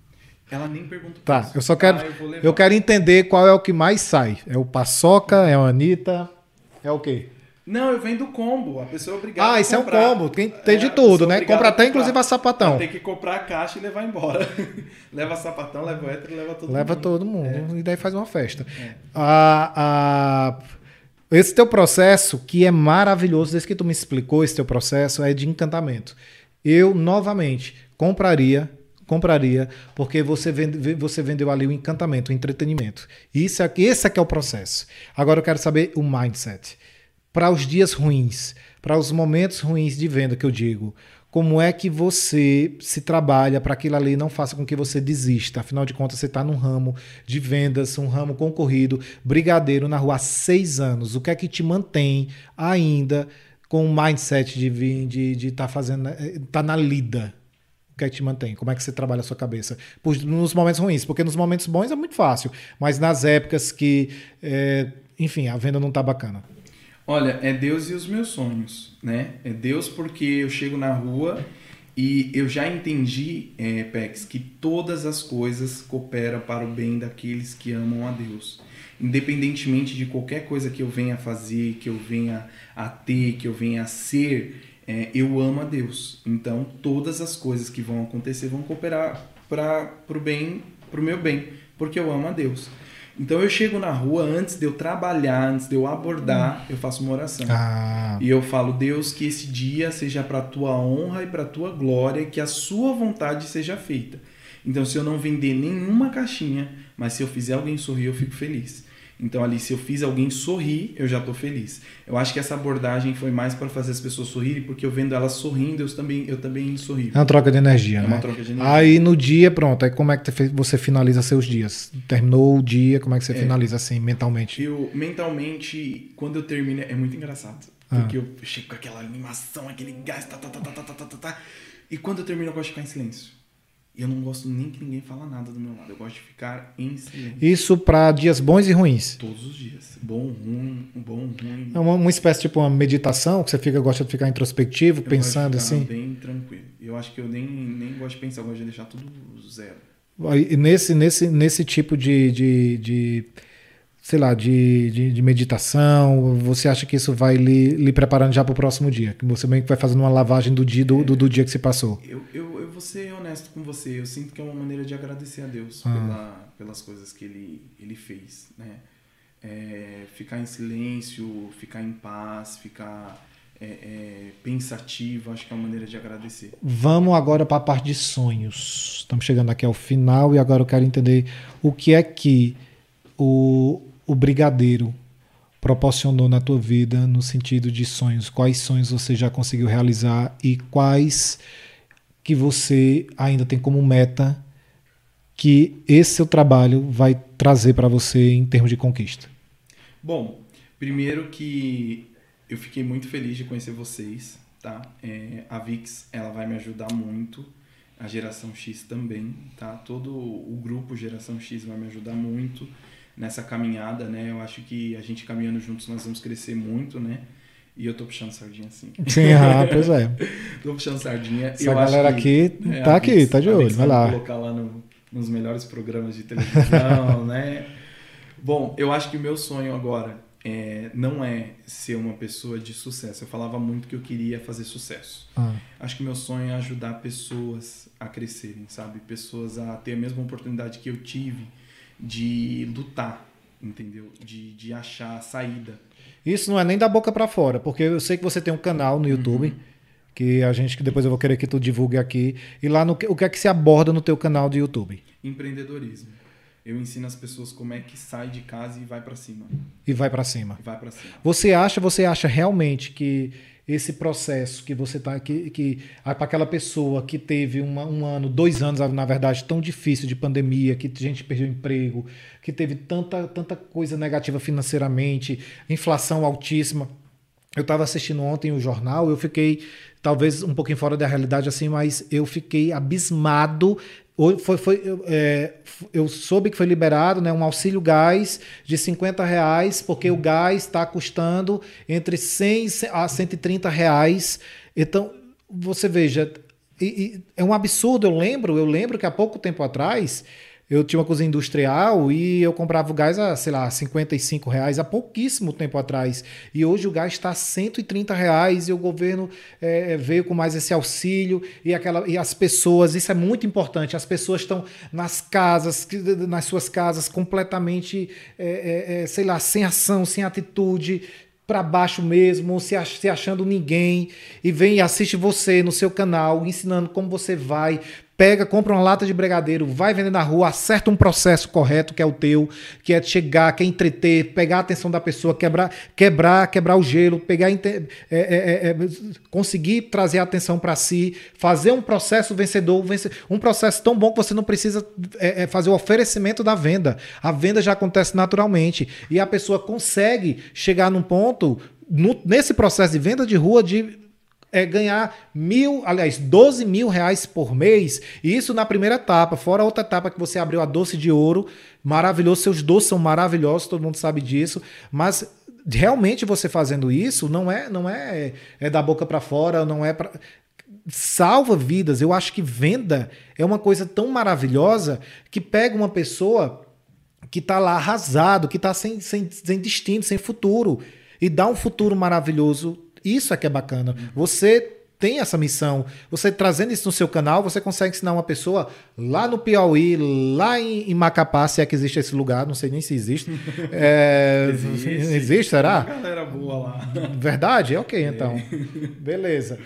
Ela nem pergunta. Tá, isso. eu só quero, ah, eu, eu quero entender qual é o que mais sai. É o paçoca, é a Anitta, é o quê? Não, eu venho do combo. A pessoa é obrigada Ah, a isso comprar. é um combo. Tem, tem é, de tudo, né? Compra até a inclusive a sapatão. Tem que comprar a caixa e levar embora. Leva sapatão, leva o hétero, leva todo leva mundo. todo mundo. É. E daí faz uma festa. É. A, a, esse teu processo, que é maravilhoso, desde que tu me explicou, esse teu processo é de encantamento. Eu, novamente, compraria... compraria, porque você, vende, você vendeu ali o encantamento, o entretenimento. Isso aqui, esse aqui é o processo. Agora eu quero saber o mindset. Para os dias ruins, para os momentos ruins de venda que eu digo, como é que você se trabalha para aquilo ali não faça com que você desista? Afinal de contas, você está num ramo de vendas, um ramo concorrido, brigadeiro na rua há seis anos. O que é que te mantém ainda com o mindset de vir, de estar de tá fazendo, tá na lida? O que é que te mantém? Como é que você trabalha a sua cabeça? Por, nos momentos ruins, porque nos momentos bons é muito fácil, mas nas épocas que, é, enfim, a venda não tá bacana. Olha, é Deus e os meus sonhos, né? É Deus porque eu chego na rua e eu já entendi, é, Pex, que todas as coisas cooperam para o bem daqueles que amam a Deus. Independentemente de qualquer coisa que eu venha a fazer, que eu venha a ter, que eu venha a ser... É, eu amo a Deus, então todas as coisas que vão acontecer vão cooperar para o bem, para o meu bem, porque eu amo a Deus. Então eu chego na rua, antes de eu trabalhar, antes de eu abordar, eu faço uma oração. Ah. E eu falo, Deus, que esse dia seja para a tua honra e para a tua glória, que a sua vontade seja feita. Então se eu não vender nenhuma caixinha, mas se eu fizer alguém sorrir, eu fico feliz. Então ali, se eu fiz alguém sorrir, eu já estou feliz. Eu acho que essa abordagem foi mais para fazer as pessoas sorrirem, porque eu vendo elas sorrindo, eu também, eu também sorrio. É uma troca de energia, é né? uma troca de energia. Aí no dia, pronto, aí como é que você finaliza seus dias? Terminou o dia, como é que você é, finaliza assim, mentalmente? Eu, mentalmente, quando eu termino, é muito engraçado. Porque ah. eu chego com aquela animação, aquele gás, tá, tá, tá, tá, tá, tá, tá, tá. E quando eu termino, eu gosto de ficar em silêncio. E eu não gosto nem que ninguém fala nada do meu lado. Eu gosto de ficar em silêncio. Isso para dias bons e ruins? Todos os dias. Bom, ruim, bom, ruim. É uma, uma espécie tipo uma meditação, que você fica, gosta de ficar introspectivo, eu pensando gosto de ficar assim? Bem tranquilo. Eu acho que eu nem, nem gosto de pensar, eu gosto de deixar tudo zero. E nesse, nesse, nesse tipo de, de, de sei lá, de, de, de meditação, você acha que isso vai lhe, lhe preparando já para o próximo dia? Que você meio que vai fazendo uma lavagem do dia, do, do, do dia que se passou? Eu, eu, eu vou ser honesto com você. Eu sinto que é uma maneira de agradecer a Deus ah. pela, pelas coisas que Ele, ele fez, né? É, ficar em silêncio, ficar em paz, ficar é, é, pensativo, acho que é uma maneira de agradecer. Vamos agora para a parte de sonhos. Estamos chegando aqui ao final e agora eu quero entender o que é que o, o brigadeiro proporcionou na tua vida no sentido de sonhos. Quais sonhos você já conseguiu realizar e quais que você ainda tem como meta que esse seu trabalho vai trazer para você em termos de conquista? Bom, primeiro que eu fiquei muito feliz de conhecer vocês, tá? É, a Vix, ela vai me ajudar muito, a Geração X também, tá? Todo o grupo Geração X vai me ajudar muito nessa caminhada, né? Eu acho que a gente caminhando juntos nós vamos crescer muito, né? E eu tô puxando sardinha assim. Sim, ah, pois é. Tô puxando sardinha. Essa eu galera acho que, aqui é, tá aqui, Vix, tá de olho, vai lá. Vou colocar lá no, nos melhores programas de televisão, né? Bom, eu acho que o meu sonho agora é, não é ser uma pessoa de sucesso. Eu falava muito que eu queria fazer sucesso. Ah. Acho que meu sonho é ajudar pessoas a crescerem, sabe? Pessoas a ter a mesma oportunidade que eu tive de lutar, entendeu? De, de achar a saída. Isso não é nem da boca para fora, porque eu sei que você tem um canal no YouTube, uhum. que a gente, que depois eu vou querer que tu divulgue aqui. E lá, no, o que é que se aborda no teu canal de YouTube? Empreendedorismo. Eu ensino as pessoas como é que sai de casa e vai para cima. E vai para cima. Vai para cima. Você acha, você acha realmente que esse processo que você tá que, que para aquela pessoa que teve uma, um ano, dois anos, na verdade, tão difícil de pandemia, que a gente perdeu emprego, que teve tanta, tanta coisa negativa financeiramente, inflação altíssima. Eu estava assistindo ontem o jornal, eu fiquei talvez um pouquinho fora da realidade assim, mas eu fiquei abismado. Foi, foi, é, eu soube que foi liberado, né, um auxílio gás de cinquenta reais, porque o gás está custando entre cem a cento e trinta reais. Então, você veja, e, e é um absurdo. Eu lembro, eu lembro que há pouco tempo atrás eu tinha uma cozinha industrial e eu comprava o gás a, sei lá, cinquenta e cinco reais há pouquíssimo tempo atrás. E hoje o gás está a cento e trinta reais e o governo é, veio com mais esse auxílio e, aquela, e as pessoas, isso é muito importante, as pessoas estão nas casas, nas suas casas completamente, é, é, sei lá, sem ação, sem atitude, para baixo mesmo, se, ach- se achando ninguém, e vem e assiste você no seu canal, ensinando como você vai, pega, compra uma lata de brigadeiro, vai vender na rua, acerta um processo correto que é o teu, que é chegar, que é entreter, pegar a atenção da pessoa, quebrar, quebrar, quebrar o gelo, pegar, é, é, é, conseguir trazer a atenção para si, fazer um processo vencedor, um processo tão bom que você não precisa é, é, fazer o oferecimento da venda. A venda já acontece naturalmente e a pessoa consegue chegar num ponto, no, nesse processo de venda de rua, de é ganhar mil, aliás, doze mil reais por mês, e isso na primeira etapa, fora a outra etapa que você abriu a Doce de Ouro, maravilhoso, seus doces são maravilhosos, todo mundo sabe disso, mas realmente você fazendo isso não é, não é, é da boca para fora, não é pra... salva vidas. Eu acho que venda é uma coisa tão maravilhosa que pega uma pessoa que está lá arrasado, que está sem, sem, sem destino, sem futuro, e dá um futuro maravilhoso. Isso é que é bacana. Você tem essa missão. Você trazendo isso no seu canal, você consegue ensinar uma pessoa lá no Piauí, lá em, em Macapá, se é que existe esse lugar, não sei nem se existe. É, existe. Existe, será? Tem uma galera boa lá. Verdade? Ok, então. Beleza.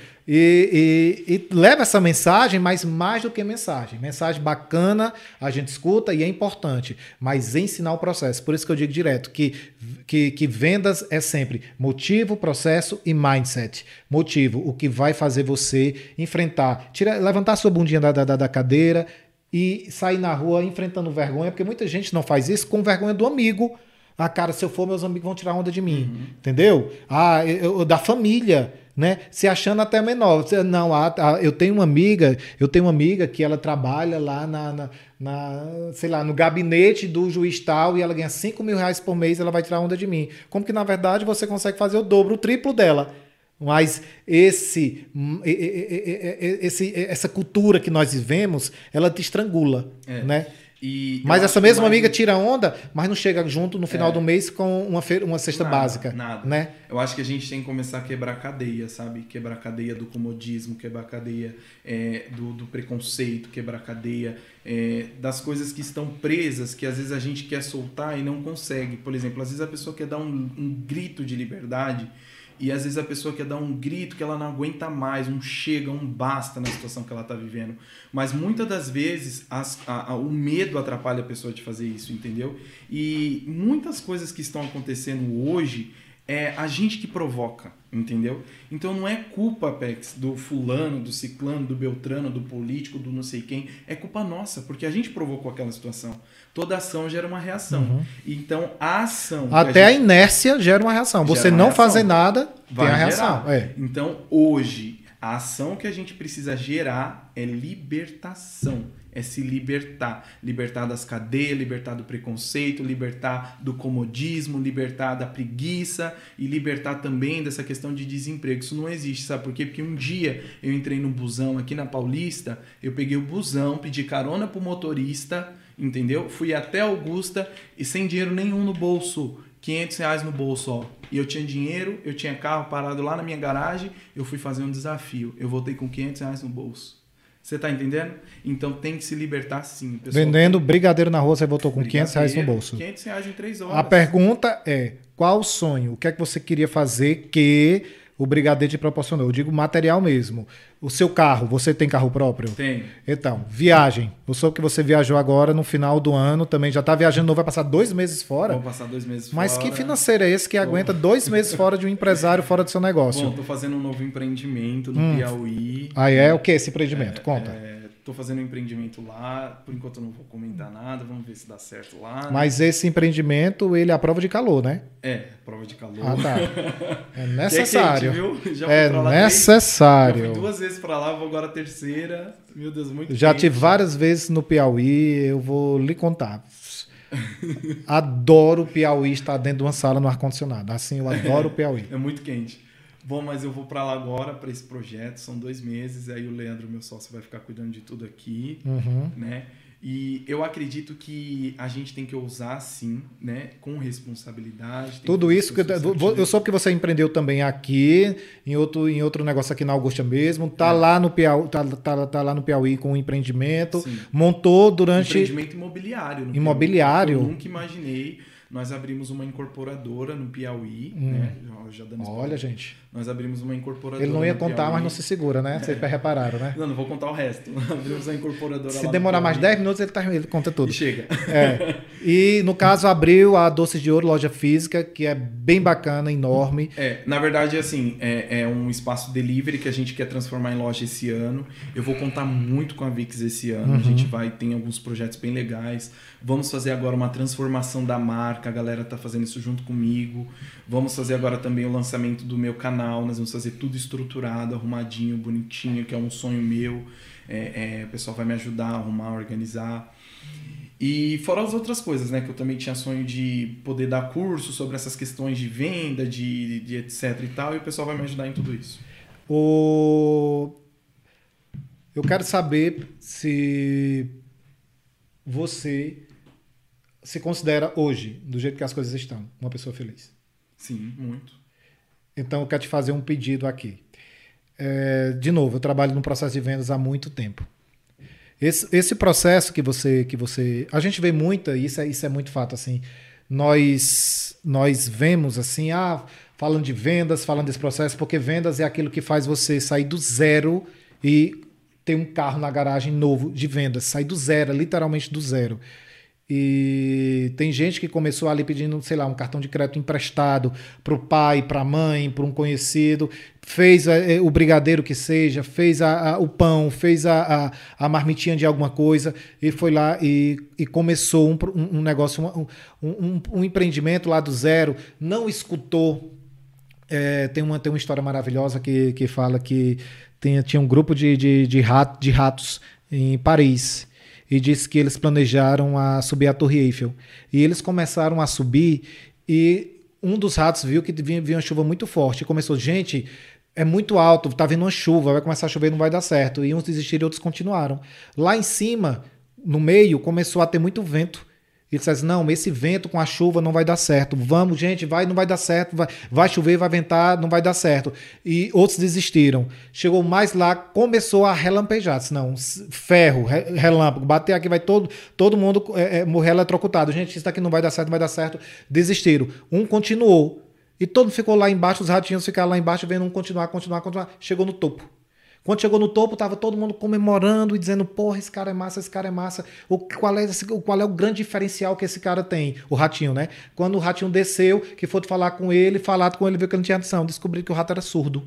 E, e, e leva essa mensagem, mas mais do que mensagem. Mensagem bacana, a gente escuta e é importante, mas ensinar o processo. Por isso que eu digo direto que, que, que vendas é sempre motivo, processo e mindset. Motivo, o que vai fazer você enfrentar, tira, levantar sua bundinha da, da, da cadeira e sair na rua enfrentando vergonha, porque muita gente não faz isso com vergonha do amigo. Ah, cara, se eu for, meus amigos vão tirar onda de mim. Uhum. Entendeu? Ah, eu, eu, da família, né? Se achando até menor. Não, ah, eu tenho uma amiga, eu tenho uma amiga que ela trabalha lá na, na, na, sei lá, no gabinete do juiz tal e ela ganha cinco mil reais por mês, ela vai tirar onda de mim. Como que, na verdade, você consegue fazer o dobro, o triplo dela. Mas esse, esse, essa cultura que nós vivemos, ela te estrangula, é. né? E mas essa mesma amiga tira onda, mas não chega junto no final é. do mês com uma, feira, uma cesta nada, básica. Nada. Né? Eu acho que a gente tem que começar a quebrar a cadeia, sabe? Quebrar a cadeia do comodismo, quebrar a cadeia é, do, do preconceito, quebrar a cadeia é, das coisas que estão presas, que às vezes a gente quer soltar e não consegue. Por exemplo, às vezes a pessoa quer dar um, um grito de liberdade e às vezes a pessoa quer dar um grito que ela não aguenta mais, um chega, um basta na situação que ela está vivendo. Mas muitas das vezes as, a, a, o medo atrapalha a pessoa de fazer isso, entendeu? E muitas coisas que estão acontecendo hoje é a gente que provoca, entendeu? Então não é culpa, Pex, do fulano, do ciclano, do beltrano, do político, do não sei quem. É culpa nossa, porque a gente provocou aquela situação. Toda ação gera uma reação. Uhum. Então a ação... Até a, gente... a inércia gera uma reação. Você uma não reação. fazer nada, vai tem a reação. É. Então hoje, a ação que a gente precisa gerar é libertação. É se libertar. Libertar das cadeias, libertar do preconceito, libertar do comodismo, libertar da preguiça e libertar também dessa questão de desemprego. Isso não existe, sabe por quê? Porque um dia eu entrei no busão aqui na Paulista, eu peguei o busão, pedi carona pro motorista, entendeu? Fui até Augusta e sem dinheiro nenhum no bolso. quinhentos reais no bolso, ó. E eu tinha dinheiro, eu tinha carro parado lá na minha garagem, eu fui fazer um desafio. Eu voltei com quinhentos reais no bolso. Você tá entendendo? Então tem que se libertar sim. Pessoal, vendendo tem... brigadeiro na rua, você voltou com quinhentos reais no bolso. quinhentos reais em três horas. A pergunta é, qual o sonho? O que é que você queria fazer que o Brigadeiro te proporcionou. Eu digo material mesmo. O seu carro, você tem carro próprio? Tem. Então, viagem. Eu soube que você viajou agora no final do ano, também já está viajando, não vai passar dois meses fora? Vou passar dois meses Mas fora. que financeiro é esse que aguenta dois meses fora de um empresário, fora do seu negócio? Bom, tô fazendo um novo empreendimento no Hum. Piauí. Ah, é? O que é esse empreendimento? É, Conta. É, tô fazendo um empreendimento lá. Por enquanto eu não vou comentar nada. Vamos ver se dá certo lá. Mas esse empreendimento, ele é a prova de calor, né? É, prova de calor. Ah, tá. É Que é necessário. quente, viu? Já fui É pra lá três- necessário. Já fui duas vezes pra lá, vou agora a terceira. Meu Deus, muito Já quente. tive várias vezes no Piauí, eu vou lhe contar. Adoro o Piauí estar dentro de uma sala no ar-condicionado. Assim, eu adoro o Piauí. É muito quente. Bom, mas eu vou pra lá agora para esse projeto. São dois meses. Aí o Leandro, meu sócio, vai ficar cuidando de tudo aqui, Uhum. né? E eu acredito que a gente tem que ousar, sim, né? Com responsabilidade. tem Tudo que isso, que eu, pessoas eu soube que você empreendeu também aqui, em outro, em outro negócio aqui na Augusta mesmo. Tá, É. lá, no Piauí, tá, tá, tá lá no Piauí com um empreendimento. Sim. montou durante... Empreendimento imobiliário. no Imobiliário? Piauí, que eu nunca imaginei. Nós abrimos uma incorporadora no Piauí, Hum. né? Já, já dando Olha, spoiler. gente. Nós abrimos uma incorporadora. Ele não ia no contar, Piauí. mas não se segura, né? Vocês repararam, né? Não, não vou contar o resto. Abrimos uma incorporadora Se lá no demorar mais Piauí. dez minutos, ele, tá, ele conta tudo. E chega. É. E, no caso, abriu a Doces de Ouro, loja física, que é bem bacana, enorme. É, na verdade, assim, é, é um espaço delivery que a gente quer transformar em loja esse ano. Eu vou contar muito com a Vix esse ano. Uhum. A gente vai ter alguns projetos bem legais. Vamos fazer agora uma transformação da marca. A galera tá fazendo isso junto comigo. Vamos fazer agora também o lançamento do meu canal. Nós vamos fazer tudo estruturado, arrumadinho, bonitinho, que é um sonho meu. É, é, o pessoal vai me ajudar a arrumar, organizar. E fora as outras coisas, né? Que eu também tinha sonho de poder dar curso sobre essas questões de venda, de, de etc e tal. E o pessoal vai me ajudar em tudo isso. O... Eu quero saber se você se considera hoje, do jeito que as coisas estão, uma pessoa feliz. Sim, muito. Então, eu quero te fazer um pedido aqui. É, de novo, eu trabalho no processo de vendas há muito tempo. Esse, esse processo que você, que você... A gente vê muita, isso é, isso é muito fato, assim. Nós, nós vemos, assim, ah, falando de vendas, falando desse processo, porque vendas é aquilo que faz você sair do zero e ter um carro na garagem novo de vendas. Sair do zero, literalmente do zero. E tem gente que começou ali pedindo, sei lá, um cartão de crédito emprestado para o pai, para a mãe, para um conhecido, fez é, o brigadeiro que seja, fez a, a, o pão, fez a, a, a marmitinha de alguma coisa e foi lá e, e começou um, um, um negócio, um, um, um empreendimento lá do zero, não escutou. É, tem, uma, tem uma história maravilhosa que, que fala que tem, tinha um grupo de, de, de, rat, de ratos em Paris. E disse que eles planejaram a subir a Torre Eiffel. E eles começaram a subir e um dos ratos viu que vinha, vinha uma chuva muito forte. E começou, gente, é muito alto, tá vindo uma chuva, vai começar a chover, não vai dar certo. E uns desistiram e outros continuaram. Lá em cima, no meio, começou a ter muito vento. E ele disse, não, esse vento com a chuva não vai dar certo. Vamos, gente, vai, não vai dar certo. Vai, vai chover, vai ventar, não vai dar certo. E outros desistiram. Chegou mais lá, começou a relampejar. Disse, não, ferro, relâmpago, bater aqui, vai todo, todo mundo é, é, morrer eletrocutado. Gente, isso daqui não vai dar certo, não vai dar certo. Desistiram. Um continuou. E todo mundo ficou lá embaixo, os ratinhos ficaram lá embaixo, vendo um continuar, continuar, continuar. Chegou no topo. Quando chegou no topo, estava todo mundo comemorando e dizendo, porra, esse cara é massa, esse cara é massa. O, qual, é esse, qual é o grande diferencial que esse cara tem? O ratinho, né? Quando o ratinho desceu, que foi falar com ele, falar com ele, viu que ele não tinha atenção. Descobriu que o rato era surdo.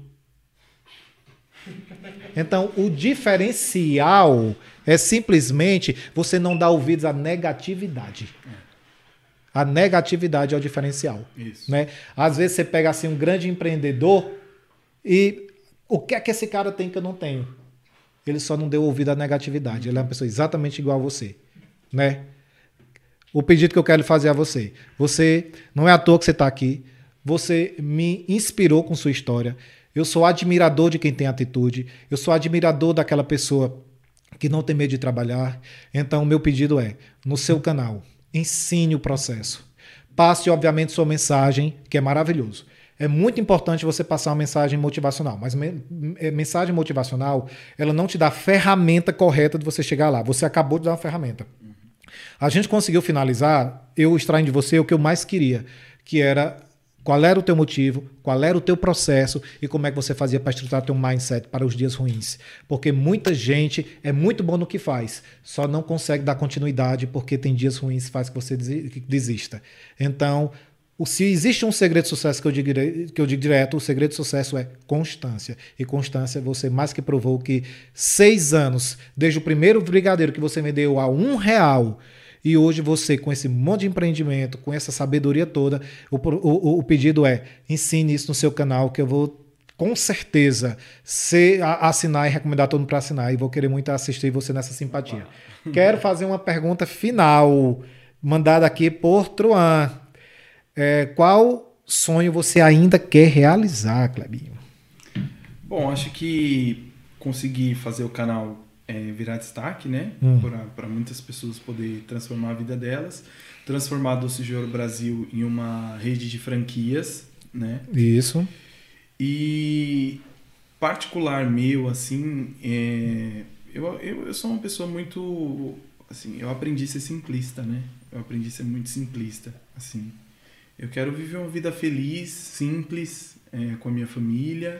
Então, o diferencial é simplesmente você não dar ouvidos à negatividade. A negatividade é o diferencial. Isso. Né? Às vezes você pega assim um grande empreendedor e... O que é que esse cara tem que eu não tenho? Ele só não deu ouvido à negatividade. Ele é uma pessoa exatamente igual a você. Né? O pedido que eu quero fazer a você. Você, não é à toa que você está aqui. Você me inspirou com sua história. Eu sou admirador de quem tem atitude. Eu sou admirador daquela pessoa que não tem medo de trabalhar. Então, o meu pedido é, no seu canal, ensine o processo. Passe, obviamente, sua mensagem, que é maravilhoso. É muito importante você passar uma mensagem motivacional, mas me, mensagem motivacional, ela não te dá a ferramenta correta de você chegar lá. Você acabou de dar uma ferramenta. A gente conseguiu finalizar, eu extraindo de você o que eu mais queria, que era Qual era o teu motivo, qual era o teu processo e como é que você fazia para estruturar teu mindset para os dias ruins. Porque muita gente é muito bom no que faz, só não consegue dar continuidade porque tem dias ruins que faz que você desista. Então, se existe um segredo de sucesso que eu, digo, que eu digo direto, o segredo de sucesso é constância. E constância, você mais que provou que seis anos, desde o primeiro brigadeiro que você vendeu a um real, e hoje você, com esse monte de empreendimento, com essa sabedoria toda, o, o, o pedido é, ensine isso no seu canal, que eu vou, com certeza, ser, a, assinar e recomendar todo mundo para assinar. E vou querer muito assistir você nessa simpatia. Quero fazer uma pergunta final, mandada aqui por Truan. É, qual sonho você ainda quer realizar, Clebinho? Bom, acho que conseguir fazer o canal É, virar destaque, né? Hum. Para muitas pessoas poder transformar a vida delas, transformar a Doce de Ouro Brasil em uma rede de franquias, né? Isso. E particular meu, assim, é, eu, eu, eu sou uma pessoa muito, assim, eu aprendi a ser simplista, né? Eu aprendi a ser muito simplista, assim. Eu quero viver uma vida feliz, simples, é, com a minha família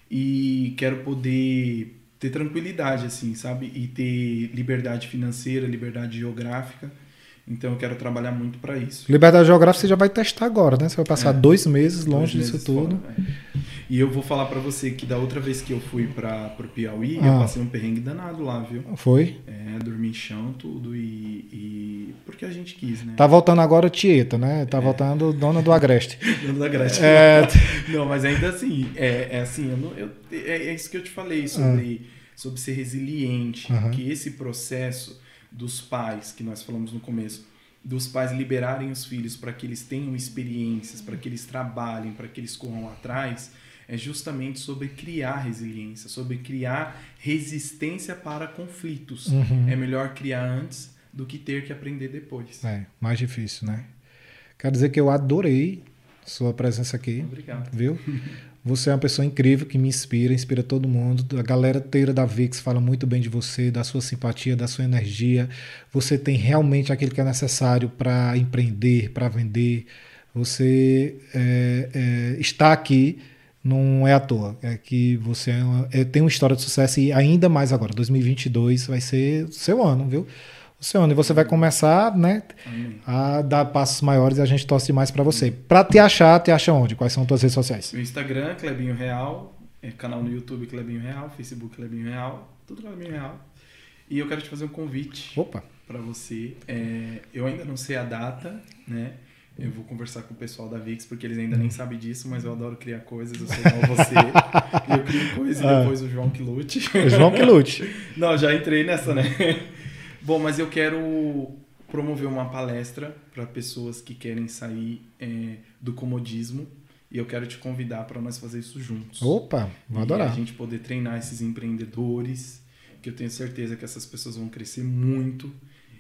e quero poder ter tranquilidade, assim, sabe? E ter liberdade financeira, liberdade geográfica. Então, eu quero trabalhar muito para isso. Liberdade geográfica você já vai testar agora, né? Você vai passar é, dois meses longe dois disso meses tudo. Fora, é. E eu vou falar para você que da outra vez que eu fui para o Piauí, ah. eu passei um perrengue danado lá, viu? Foi? É, dormi em chão, tudo, e, e... porque a gente quis, né? Tá voltando agora Tieta, né? Tá é. voltando dona do Agreste. Dona do Agreste. É... Não, mas ainda assim, é, é assim, eu não, eu, é, é isso que eu te falei sobre, ah. sobre ser resiliente, uhum. que esse processo dos pais, que nós falamos no começo, dos pais liberarem os filhos para que eles tenham experiências, para que eles trabalhem, para que eles corram atrás, é justamente sobre criar resiliência, sobre criar resistência para conflitos. Uhum. É melhor criar antes do que ter que aprender depois. É, mais difícil, né? Quero dizer que eu adorei sua presença aqui. Obrigado. Viu? Você é uma pessoa incrível que me inspira, inspira todo mundo. A galera inteira da VIX fala muito bem de você, da sua simpatia, da sua energia. Você tem realmente aquilo que é necessário para empreender, para vender. Você é, é, está aqui, não é à toa. É que você é uma, é, tem uma história de sucesso e ainda mais agora. dois mil e vinte e dois vai ser o seu ano, viu? O seu ano. E você vai começar, né, a dar passos maiores e a gente torce mais para você. Para te achar, te acha onde? Quais são as tuas redes sociais? O Instagram, Clebinho Real. É, canal no YouTube, Clebinho Real. Facebook, Clebinho Real. Tudo Clebinho Real. E eu quero te fazer um convite para você. É, eu ainda não sei a data, né? Eu vou conversar com o pessoal da VIX, porque eles ainda nem sabem disso, mas eu adoro criar coisas, eu sou igual você. Eu crio coisas ah. e depois o João que lute. O João que lute. Não, já entrei nessa, né? Bom, mas eu quero promover uma palestra para pessoas que querem sair é, do comodismo e eu quero te convidar para nós fazer isso juntos. Opa, vou adorar. E a gente poder treinar esses empreendedores, que eu tenho certeza que essas pessoas vão crescer muito.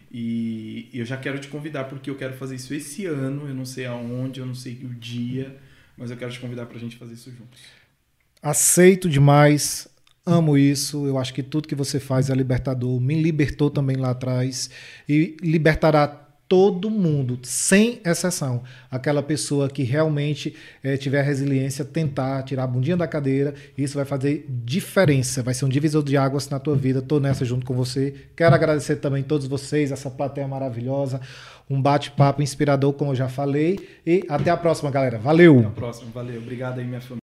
E eu já quero te convidar porque eu quero fazer isso esse ano, eu não sei aonde, eu não sei o dia, mas eu quero te convidar para a gente fazer isso juntos. Aceito demais, amo isso, eu acho que tudo que você faz é libertador, me libertou também lá atrás e libertará todo mundo, sem exceção. Aquela pessoa que realmente é, tiver resiliência, tentar tirar a bundinha da cadeira, isso vai fazer diferença, vai ser um divisor de águas na tua vida. Estou nessa junto com você. Quero agradecer também a todos vocês, essa plateia maravilhosa, um bate-papo inspirador, como eu já falei, e até a próxima, galera. Valeu! Até a próxima, valeu. Obrigado aí, minha família.